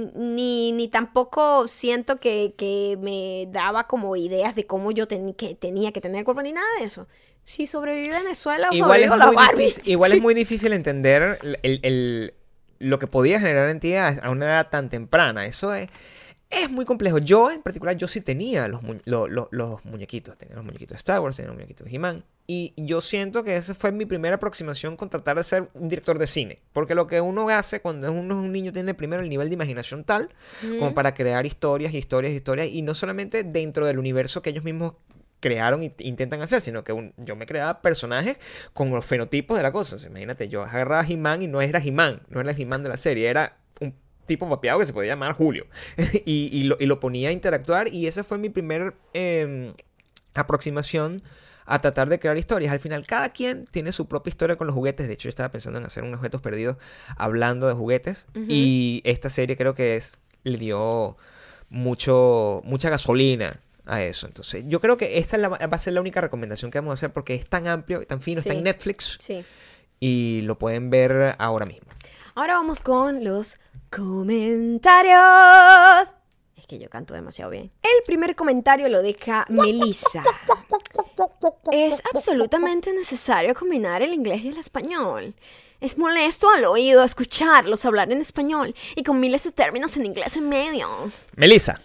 Ni, ni tampoco siento que, que me daba como ideas de cómo yo ten- que tenía que tener el cuerpo, ni nada de eso. Si sobreviví a Venezuela o Igual, es sobrevivo a la muy, Barbie. difícil, igual Sí. es muy difícil entender el, el- el- lo que podía generar en ti a, a una edad tan temprana. Eso es, es muy complejo. Yo, en particular, yo sí tenía los, mu- lo- lo- los muñequitos. Tenía los muñequitos de Star Wars, tenía los muñequitos de He-Man. Y yo siento que esa fue mi primera aproximación con tratar de ser un director de cine. Porque lo que uno hace cuando uno es un niño tiene primero el nivel de imaginación tal como para crear historias, historias, historias. Y no solamente dentro del universo que ellos mismos crearon e intentan hacer, sino que un- yo me creaba personajes con los fenotipos de la cosa. O sea, imagínate, yo agarraba a He-Man y no era He-Man, no era el He-Man de la serie, era un tipo papeado que se podía llamar Julio. y, y lo, y lo ponía a interactuar y esa fue mi primer eh, aproximación a tratar de crear historias. Al final, cada quien tiene su propia historia con los juguetes. De hecho, yo estaba pensando en hacer unos objetos perdidos hablando de juguetes. Uh-huh. Y esta serie creo que es le dio mucho mucha gasolina a eso. Entonces, yo creo que esta es la, va a ser la única recomendación que vamos a hacer porque es tan amplio y tan fino, sí. Está en Netflix. Sí. Y lo pueden ver ahora mismo. Ahora vamos con los comentarios. Es que yo canto demasiado bien. El primer comentario lo deja Melissa. Es absolutamente necesario combinar el inglés y el español. Es molesto al oído escucharlos hablar en español y con miles de términos en inglés en medio. Melissa.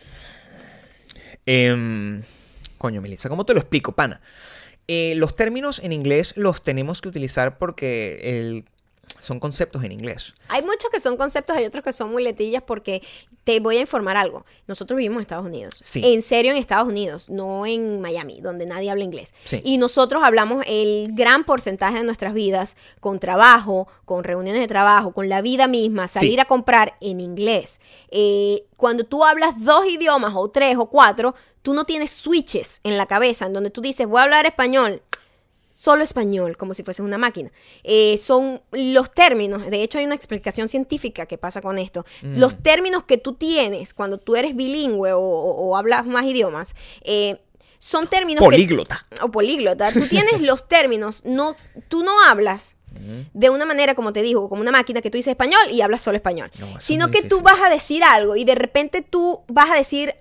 Eh, coño, Melissa, ¿cómo te lo explico, pana? Eh, los términos en inglés los tenemos que utilizar porque el, son conceptos en inglés. Hay muchos que son conceptos, hay otros que son muletillas porque te voy a informar algo. Nosotros vivimos en Estados Unidos. Sí. En serio en Estados Unidos, no en Miami, donde nadie habla inglés. Sí. Y nosotros hablamos el gran porcentaje de nuestras vidas con trabajo, con reuniones de trabajo, con la vida misma, salir Sí. a comprar en inglés. Eh, cuando tú hablas dos idiomas o tres o cuatro, tú no tienes switches en la cabeza en donde tú dices, voy a hablar español. Solo español, como si fuese una máquina. Eh, son los términos, de hecho hay una explicación científica que pasa con esto. Mm. Los términos que tú tienes cuando tú eres bilingüe o, o, o hablas más idiomas, eh, son términos políglota. Que, o políglota. Tú tienes los términos, no, tú no hablas mm. de una manera, como te digo, como una máquina que tú dices español y hablas solo español. No, sino que difícil. Tú vas a decir algo y de repente tú vas a decir,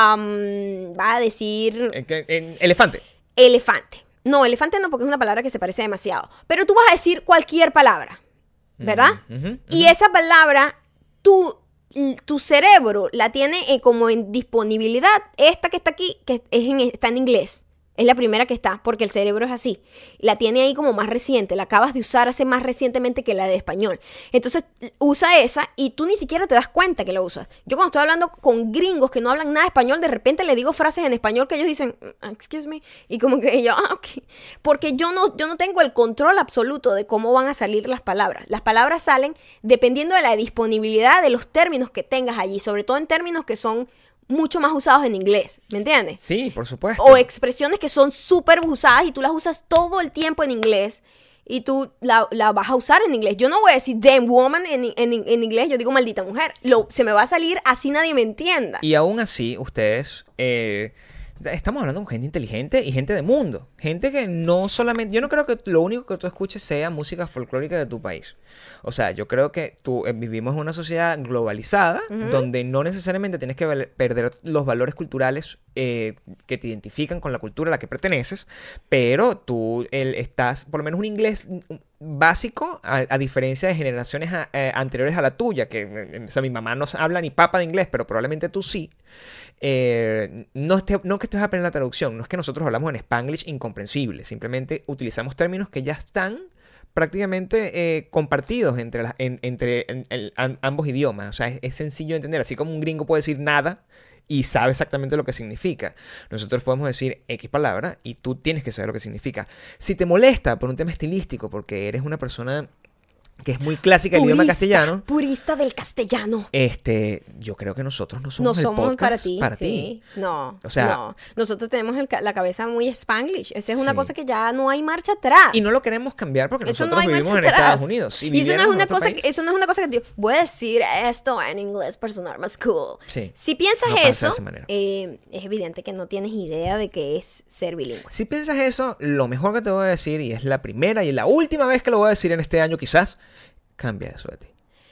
um, vas a decir... ¿En, en, elefante. Elefante. No, elefante no, porque es una palabra que se parece demasiado. Pero tú vas a decir cualquier palabra, ¿verdad? Uh-huh, uh-huh. Y esa palabra, tú, tu cerebro la tiene eh, como en disponibilidad. Esta que está aquí, que es en, está en inglés. Es la primera que está, porque el cerebro es así. La tiene ahí como más reciente. La acabas de usar hace más recientemente que la de español. Entonces, usa esa y tú ni siquiera te das cuenta que la usas. Yo cuando estoy hablando con gringos que no hablan nada de español, de repente le digo frases en español que ellos dicen, excuse me, y como que yo, ah, ok. Porque yo no, yo no tengo el control absoluto de cómo van a salir las palabras. Las palabras salen dependiendo de la disponibilidad de los términos que tengas allí, sobre todo en términos que son mucho más usados en inglés, ¿me entiendes? Sí, por supuesto. O expresiones que son súper usadas y tú las usas todo el tiempo en inglés y tú la, la vas a usar en inglés. Yo no voy a decir damn woman en, en, en inglés, yo digo maldita mujer. Lo, se me va a salir así nadie me entienda. Y aún así, ustedes... Eh, estamos hablando con gente inteligente y gente de mundo. Gente que no solamente... Yo no creo que lo único que tú escuches sea música folclórica de tu país. O sea, yo creo que tú eh, vivimos en una sociedad globalizada uh-huh. donde no necesariamente tienes que val- perder los valores culturales eh, que te identifican con la cultura a la que perteneces, pero tú el, estás, por lo menos un inglés básico, a, a diferencia de generaciones a, eh, anteriores a la tuya, que o sea, mi mamá no habla ni papa de inglés, pero probablemente tú sí. Eh, no, esté, no que estés aprendiendo la traducción, no es que nosotros hablamos en Spanglish incomprensible, simplemente utilizamos términos que ya están prácticamente eh, compartidos entre, las, en, entre en, en, en, ambos idiomas. O sea, es, es sencillo de entender. Así como un gringo puede decir nada y sabe exactamente lo que significa, nosotros podemos decir X palabra y tú tienes que saber lo que significa. Si te molesta por un tema estilístico, porque eres una persona que es muy clásica del idioma castellano. Purista del castellano. Este, yo creo que nosotros no somos, no el somos podcast para ti. Para sí. ti. No, o sea, no. Nosotros tenemos el, la cabeza muy Spanglish. Esa es una sí. cosa que ya no hay marcha atrás. Y no lo queremos cambiar porque eso nosotros no vivimos en atrás. Estados Unidos. Y, y eso no es una cosa país. que, eso no es una cosa que yo voy a decir esto en inglés para sonar más cool. Sí. Si piensas no eso, eh, es evidente que no tienes idea de qué es ser bilingüe. Si piensas eso, lo mejor que te voy a decir, y es la primera y la última vez que lo voy a decir en este año quizás, cambia eso de ti.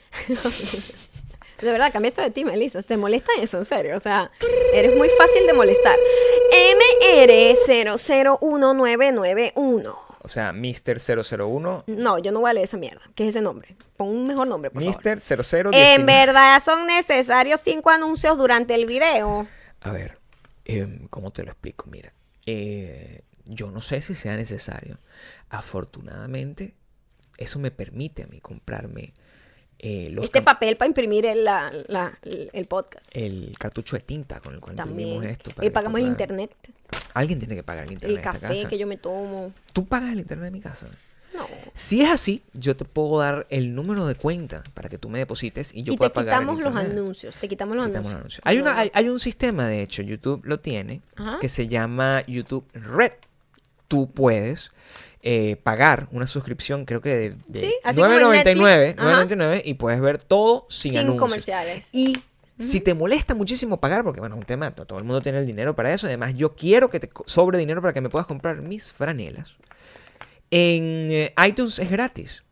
De verdad, cambia eso de ti, Melissa. ¿Te molesta eso? En serio. O sea, eres muy fácil de molestar. M R cero cero uno nueve nueve uno. O sea, mister cero cero uno. No, yo no voy a leer esa mierda. ¿Qué es ese nombre? Pon un mejor nombre, por mister favor. cero cero diecinueve. En verdad son necesarios cinco anuncios durante el video. A ver, eh, ¿cómo te lo explico? Mira, eh, yo no sé si sea necesario. Afortunadamente, eso me permite a mí comprarme Eh, los este papel para imprimir el, la, la, el podcast. El cartucho de tinta con el cual También. imprimimos esto. Y pagamos el internet. Alguien tiene que pagar el internet el de esta café casa. que yo me tomo. ¿Tú pagas el internet de mi casa? No. Si es así, yo te puedo dar el número de cuenta para que tú me deposites y yo y pueda pagar el internet. Y te quitamos los anuncios. Te quitamos los quitamos anuncios. anuncios. Hay, una, hay, hay un sistema, de hecho, YouTube lo tiene, Ajá. que se llama YouTube Red. tú puedes eh, pagar una suscripción, creo que de, de sí, así nueve noventa y nueve, como en Netflix. nueve noventa y nueve, y puedes ver todo sin, sin anuncios. comerciales. Y uh-huh. si te molesta muchísimo pagar, porque bueno, es un tema, todo el mundo tiene el dinero para eso, además yo quiero que te sobre dinero para que me puedas comprar mis franelas. En eh, iTunes es gratis.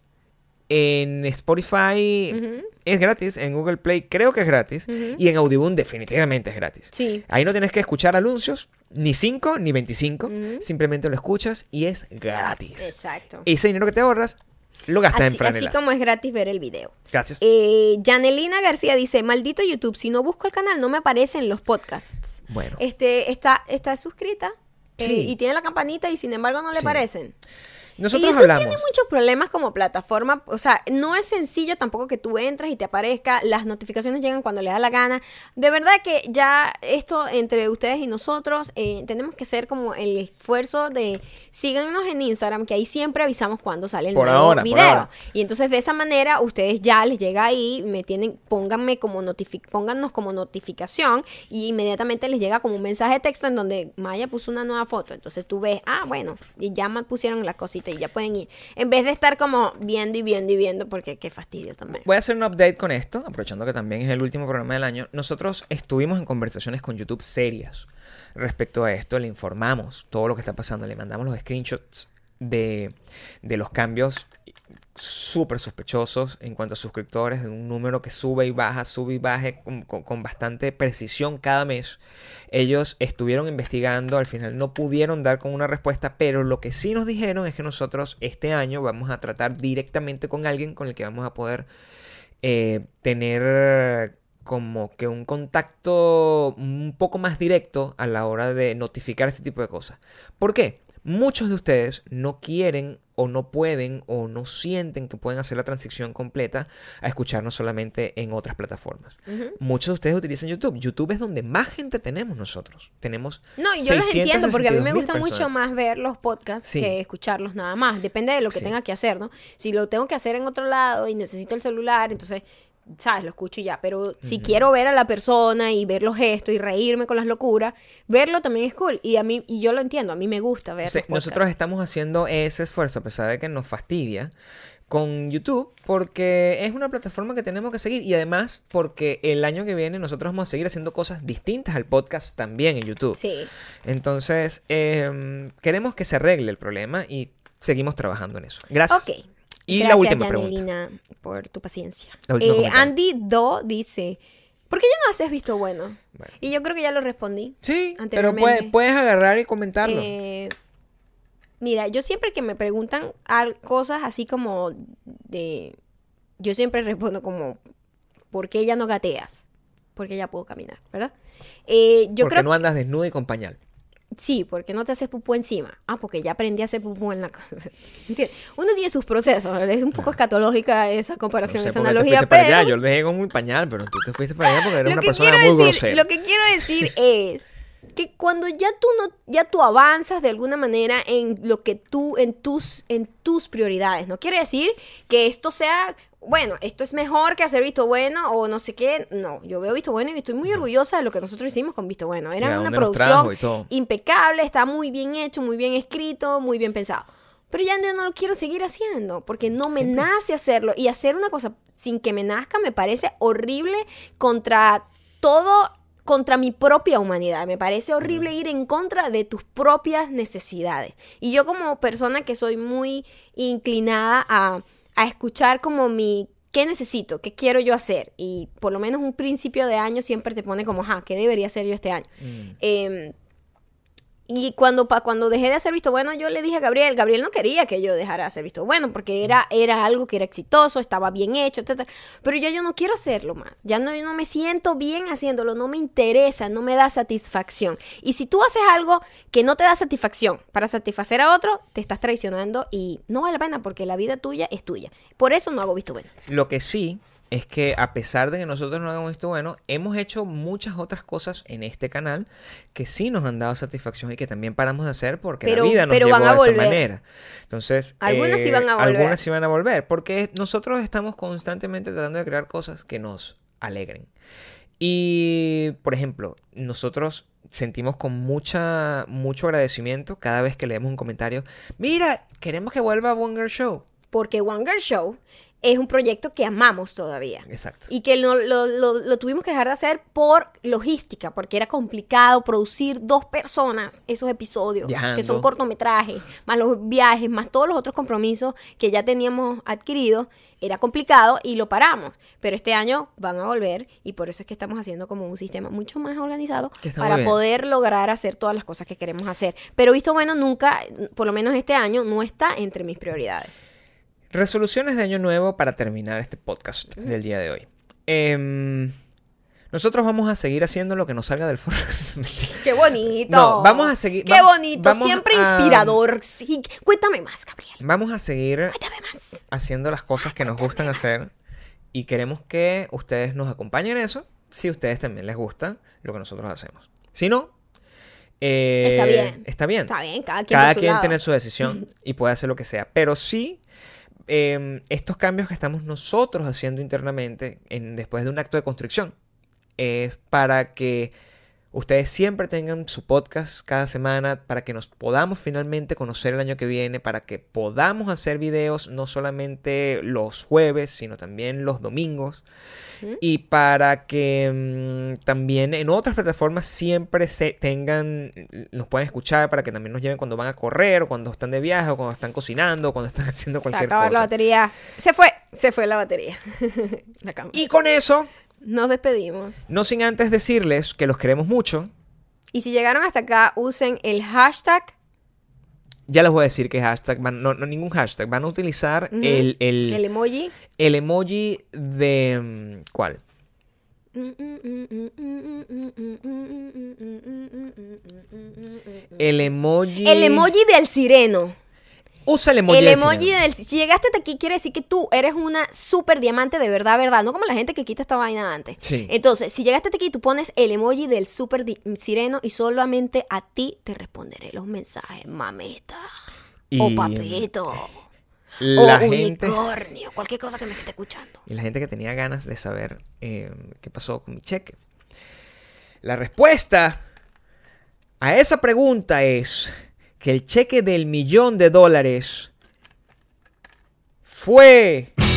En Spotify uh-huh. es gratis. En Google Play creo que es gratis. Uh-huh. Y en Audioboom definitivamente es gratis. Sí. Ahí no tienes que escuchar anuncios. Ni cinco ni veinticinco. Uh-huh. Simplemente lo escuchas y es gratis. Exacto. Ese dinero que te ahorras lo gastas así, en franelas. Así como es gratis ver el video. Gracias. Eh, Janelina García dice, maldito YouTube, si no busco el canal no me aparecen los podcasts. Bueno. Este, está, está suscrita eh, sí. y tiene la campanita y sin embargo no le sí. aparecen. Nosotros y YouTube hablamos. tiene muchos problemas como plataforma, o sea, no es sencillo tampoco que tú entres y te aparezca, las notificaciones llegan cuando le da la gana. De verdad que ya esto entre ustedes y nosotros eh, tenemos que hacer como el esfuerzo de síganos en Instagram, que ahí siempre avisamos cuando sale el por nuevo ahora, video. Por ahora. Y entonces de esa manera ustedes ya les llega ahí, me tienen, pónganme como notific póngannos como notificación y inmediatamente les llega como un mensaje de texto en donde Maya puso una nueva foto. Entonces tú ves, ah, bueno, y ya me pusieron las cositas y ya pueden ir. En vez de estar como viendo y viendo y viendo, porque qué fastidio también. Voy a hacer un update con esto, aprovechando que también es el último programa del año. Nosotros estuvimos en conversaciones con YouTube serias respecto a esto. Le informamos todo lo que está pasando. Le mandamos los screenshots de, de los cambios súper sospechosos en cuanto a suscriptores, de un número que sube y baja, sube y baja con, con, con bastante precisión cada mes. Ellos estuvieron investigando, al final no pudieron dar con una respuesta, pero lo que sí nos dijeron es que nosotros este año vamos a tratar directamente con alguien con el que vamos a poder eh, tener como que un contacto un poco más directo a la hora de notificar este tipo de cosas. ¿Por qué? Muchos de ustedes no quieren o no pueden o no sienten que pueden hacer la transición completa a escucharnos solamente en otras plataformas. Uh-huh. Muchos de ustedes utilizan YouTube. YouTube es donde más gente tenemos nosotros. Tenemos No, y yo los entiendo porque a mí me gusta personas. mucho más ver los podcasts sí. que escucharlos nada más. Depende de lo que sí. tenga que hacer, ¿no? Si lo tengo que hacer en otro lado y necesito el celular, entonces... ¿sabes? Lo escucho y ya, pero uh-huh. si quiero ver a la persona y ver los gestos y reírme con las locuras, verlo también es cool. Y a mí, y yo lo entiendo, a mí me gusta ver sí, nosotros estamos haciendo ese esfuerzo, a pesar de que nos fastidia, con YouTube, porque es una plataforma que tenemos que seguir y además porque el año que viene nosotros vamos a seguir haciendo cosas distintas al podcast también en YouTube. Sí. Entonces, eh, queremos que se arregle el problema y seguimos trabajando en eso. Gracias. Ok. Y Gracias, la última Janelina, pregunta. por tu paciencia. Eh, Andy Do dice, ¿por qué ya no haces visto bueno? bueno? Y yo creo que ya lo respondí. Sí, pero puedes, puedes agarrar y comentarlo. Eh, mira, yo siempre que me preguntan cosas así como de... Yo siempre respondo como, ¿por qué ya no gateas? Porque ya puedo caminar, ¿verdad? Eh, yo porque creo no andas desnuda y con pañal. Sí, porque no te haces pupú encima. Ah, porque ya aprendí a hacer pupú en la casa. ¿Entiendes? Uno tiene sus procesos. Es un poco escatológica esa comparación, no sé, esa analogía, pero... Para allá. Yo lo dejé con muy pañal, pero tú te fuiste para allá porque eres una persona muy decir, grosera. Lo que quiero decir es que cuando ya tú no, ya tú avanzas de alguna manera en lo que tú, en tus, en tus prioridades, no quiere decir que esto sea... Bueno, esto es mejor que hacer Visto Bueno o no sé qué. No, yo veo Visto Bueno y estoy muy orgullosa de lo que nosotros hicimos con Visto Bueno. Era una producción impecable, está muy bien hecho, muy bien escrito, muy bien pensado. Pero ya yo no lo quiero seguir haciendo porque no me Siempre. nace hacerlo. Y hacer una cosa sin que me nazca me parece horrible contra todo, contra mi propia humanidad. Me parece horrible ir en contra de tus propias necesidades. Y yo como persona que soy muy inclinada a... a escuchar como mi, ¿qué necesito? ¿Qué quiero yo hacer? Y por lo menos un principio de año siempre te pone como, ajá, ¿qué debería hacer yo este año? Mm. Eh, y cuando, pa, cuando dejé de hacer Visto Bueno, yo le dije a Gabriel, Gabriel no quería que yo dejara de hacer Visto Bueno, porque era, era algo que era exitoso, estaba bien hecho, etcétera. Pero ya yo no quiero hacerlo más. Ya no, yo no me siento bien haciéndolo, no me interesa, no me da satisfacción. Y si tú haces algo que no te da satisfacción para satisfacer a otro, te estás traicionando y no vale la pena porque la vida tuya es tuya. Por eso no hago Visto Bueno. Lo que sí... es que a pesar de que nosotros no hagamos Visto Bueno, hemos hecho muchas otras cosas en este canal que sí nos han dado satisfacción y que también paramos de hacer porque pero, la vida nos llevó de esa manera. Entonces, algunas eh, sí van a volver. Algunas sí van a volver porque nosotros estamos constantemente tratando de crear cosas que nos alegren. Y, por ejemplo, nosotros sentimos con mucha, mucho agradecimiento cada vez que leemos un comentario. Mira, queremos que vuelva One Girl Show. Porque One Girl Show es un proyecto que amamos todavía. Exacto. Y que lo, lo, lo, lo tuvimos que dejar de hacer por logística, porque era complicado producir dos personas esos episodios, Viajando. que son cortometrajes, más los viajes, más todos los otros compromisos que ya teníamos adquiridos. Era complicado y lo paramos. Pero este año van a volver y por eso es que estamos haciendo como un sistema mucho más organizado para poder lograr hacer todas las cosas que queremos hacer. Pero visto bueno, nunca, por lo menos este año, no está entre mis prioridades. Resoluciones de año nuevo para terminar este podcast del día de hoy. Eh, nosotros vamos a seguir haciendo lo que nos salga del forro. ¡Qué bonito! No, vamos a seguir. ¡Qué va, bonito! Siempre a, inspirador. Sí. Cuéntame más, Gabriel. Vamos a seguir Cuéntame más. haciendo las cosas que nos gustan hacer. Y queremos que ustedes nos acompañen en eso. Si a ustedes también les gusta lo que nosotros hacemos. Si no, eh, está bien. Está bien. Está bien. Cada quien, cada su quien lado. tiene su decisión y puede hacer lo que sea. Pero sí. Eh, estos cambios que estamos nosotros haciendo internamente en, después de un acto de constricción es para que ustedes siempre tengan su podcast cada semana, para que nos podamos finalmente conocer el año que viene, para que podamos hacer videos no solamente los jueves, sino también los domingos. ¿Mm? Y para que mmm, también en otras plataformas siempre se tengan, nos puedan escuchar, para que también nos lleven cuando van a correr, o cuando están de viaje, o cuando están cocinando, o cuando están haciendo cualquier se acaba cosa. La batería. Se fue, se fue la batería. La cámara. Y con eso nos despedimos. No sin antes decirles que los queremos mucho. Y si llegaron hasta acá, usen el hashtag. Ya les voy a decir que hashtag, van, no, no ningún hashtag, van a utilizar uh-huh. el, el... El emoji. El emoji de... ¿Cuál? El emoji... El emoji del sireno. Usa el emoji El del emoji sireno. del... Si llegaste hasta aquí, quiere decir que tú eres una super diamante de verdad, verdad. No como la gente que quita esta vaina antes. Sí. Entonces, si llegaste hasta aquí, tú pones el emoji del super di- sireno y solamente a ti te responderé los mensajes, mamita. Y... O papito. La o gente... unicornio. Cualquier cosa que me esté escuchando. Y la gente que tenía ganas de saber eh, qué pasó con mi cheque. La respuesta a esa pregunta es... que el cheque del millón de dólares fue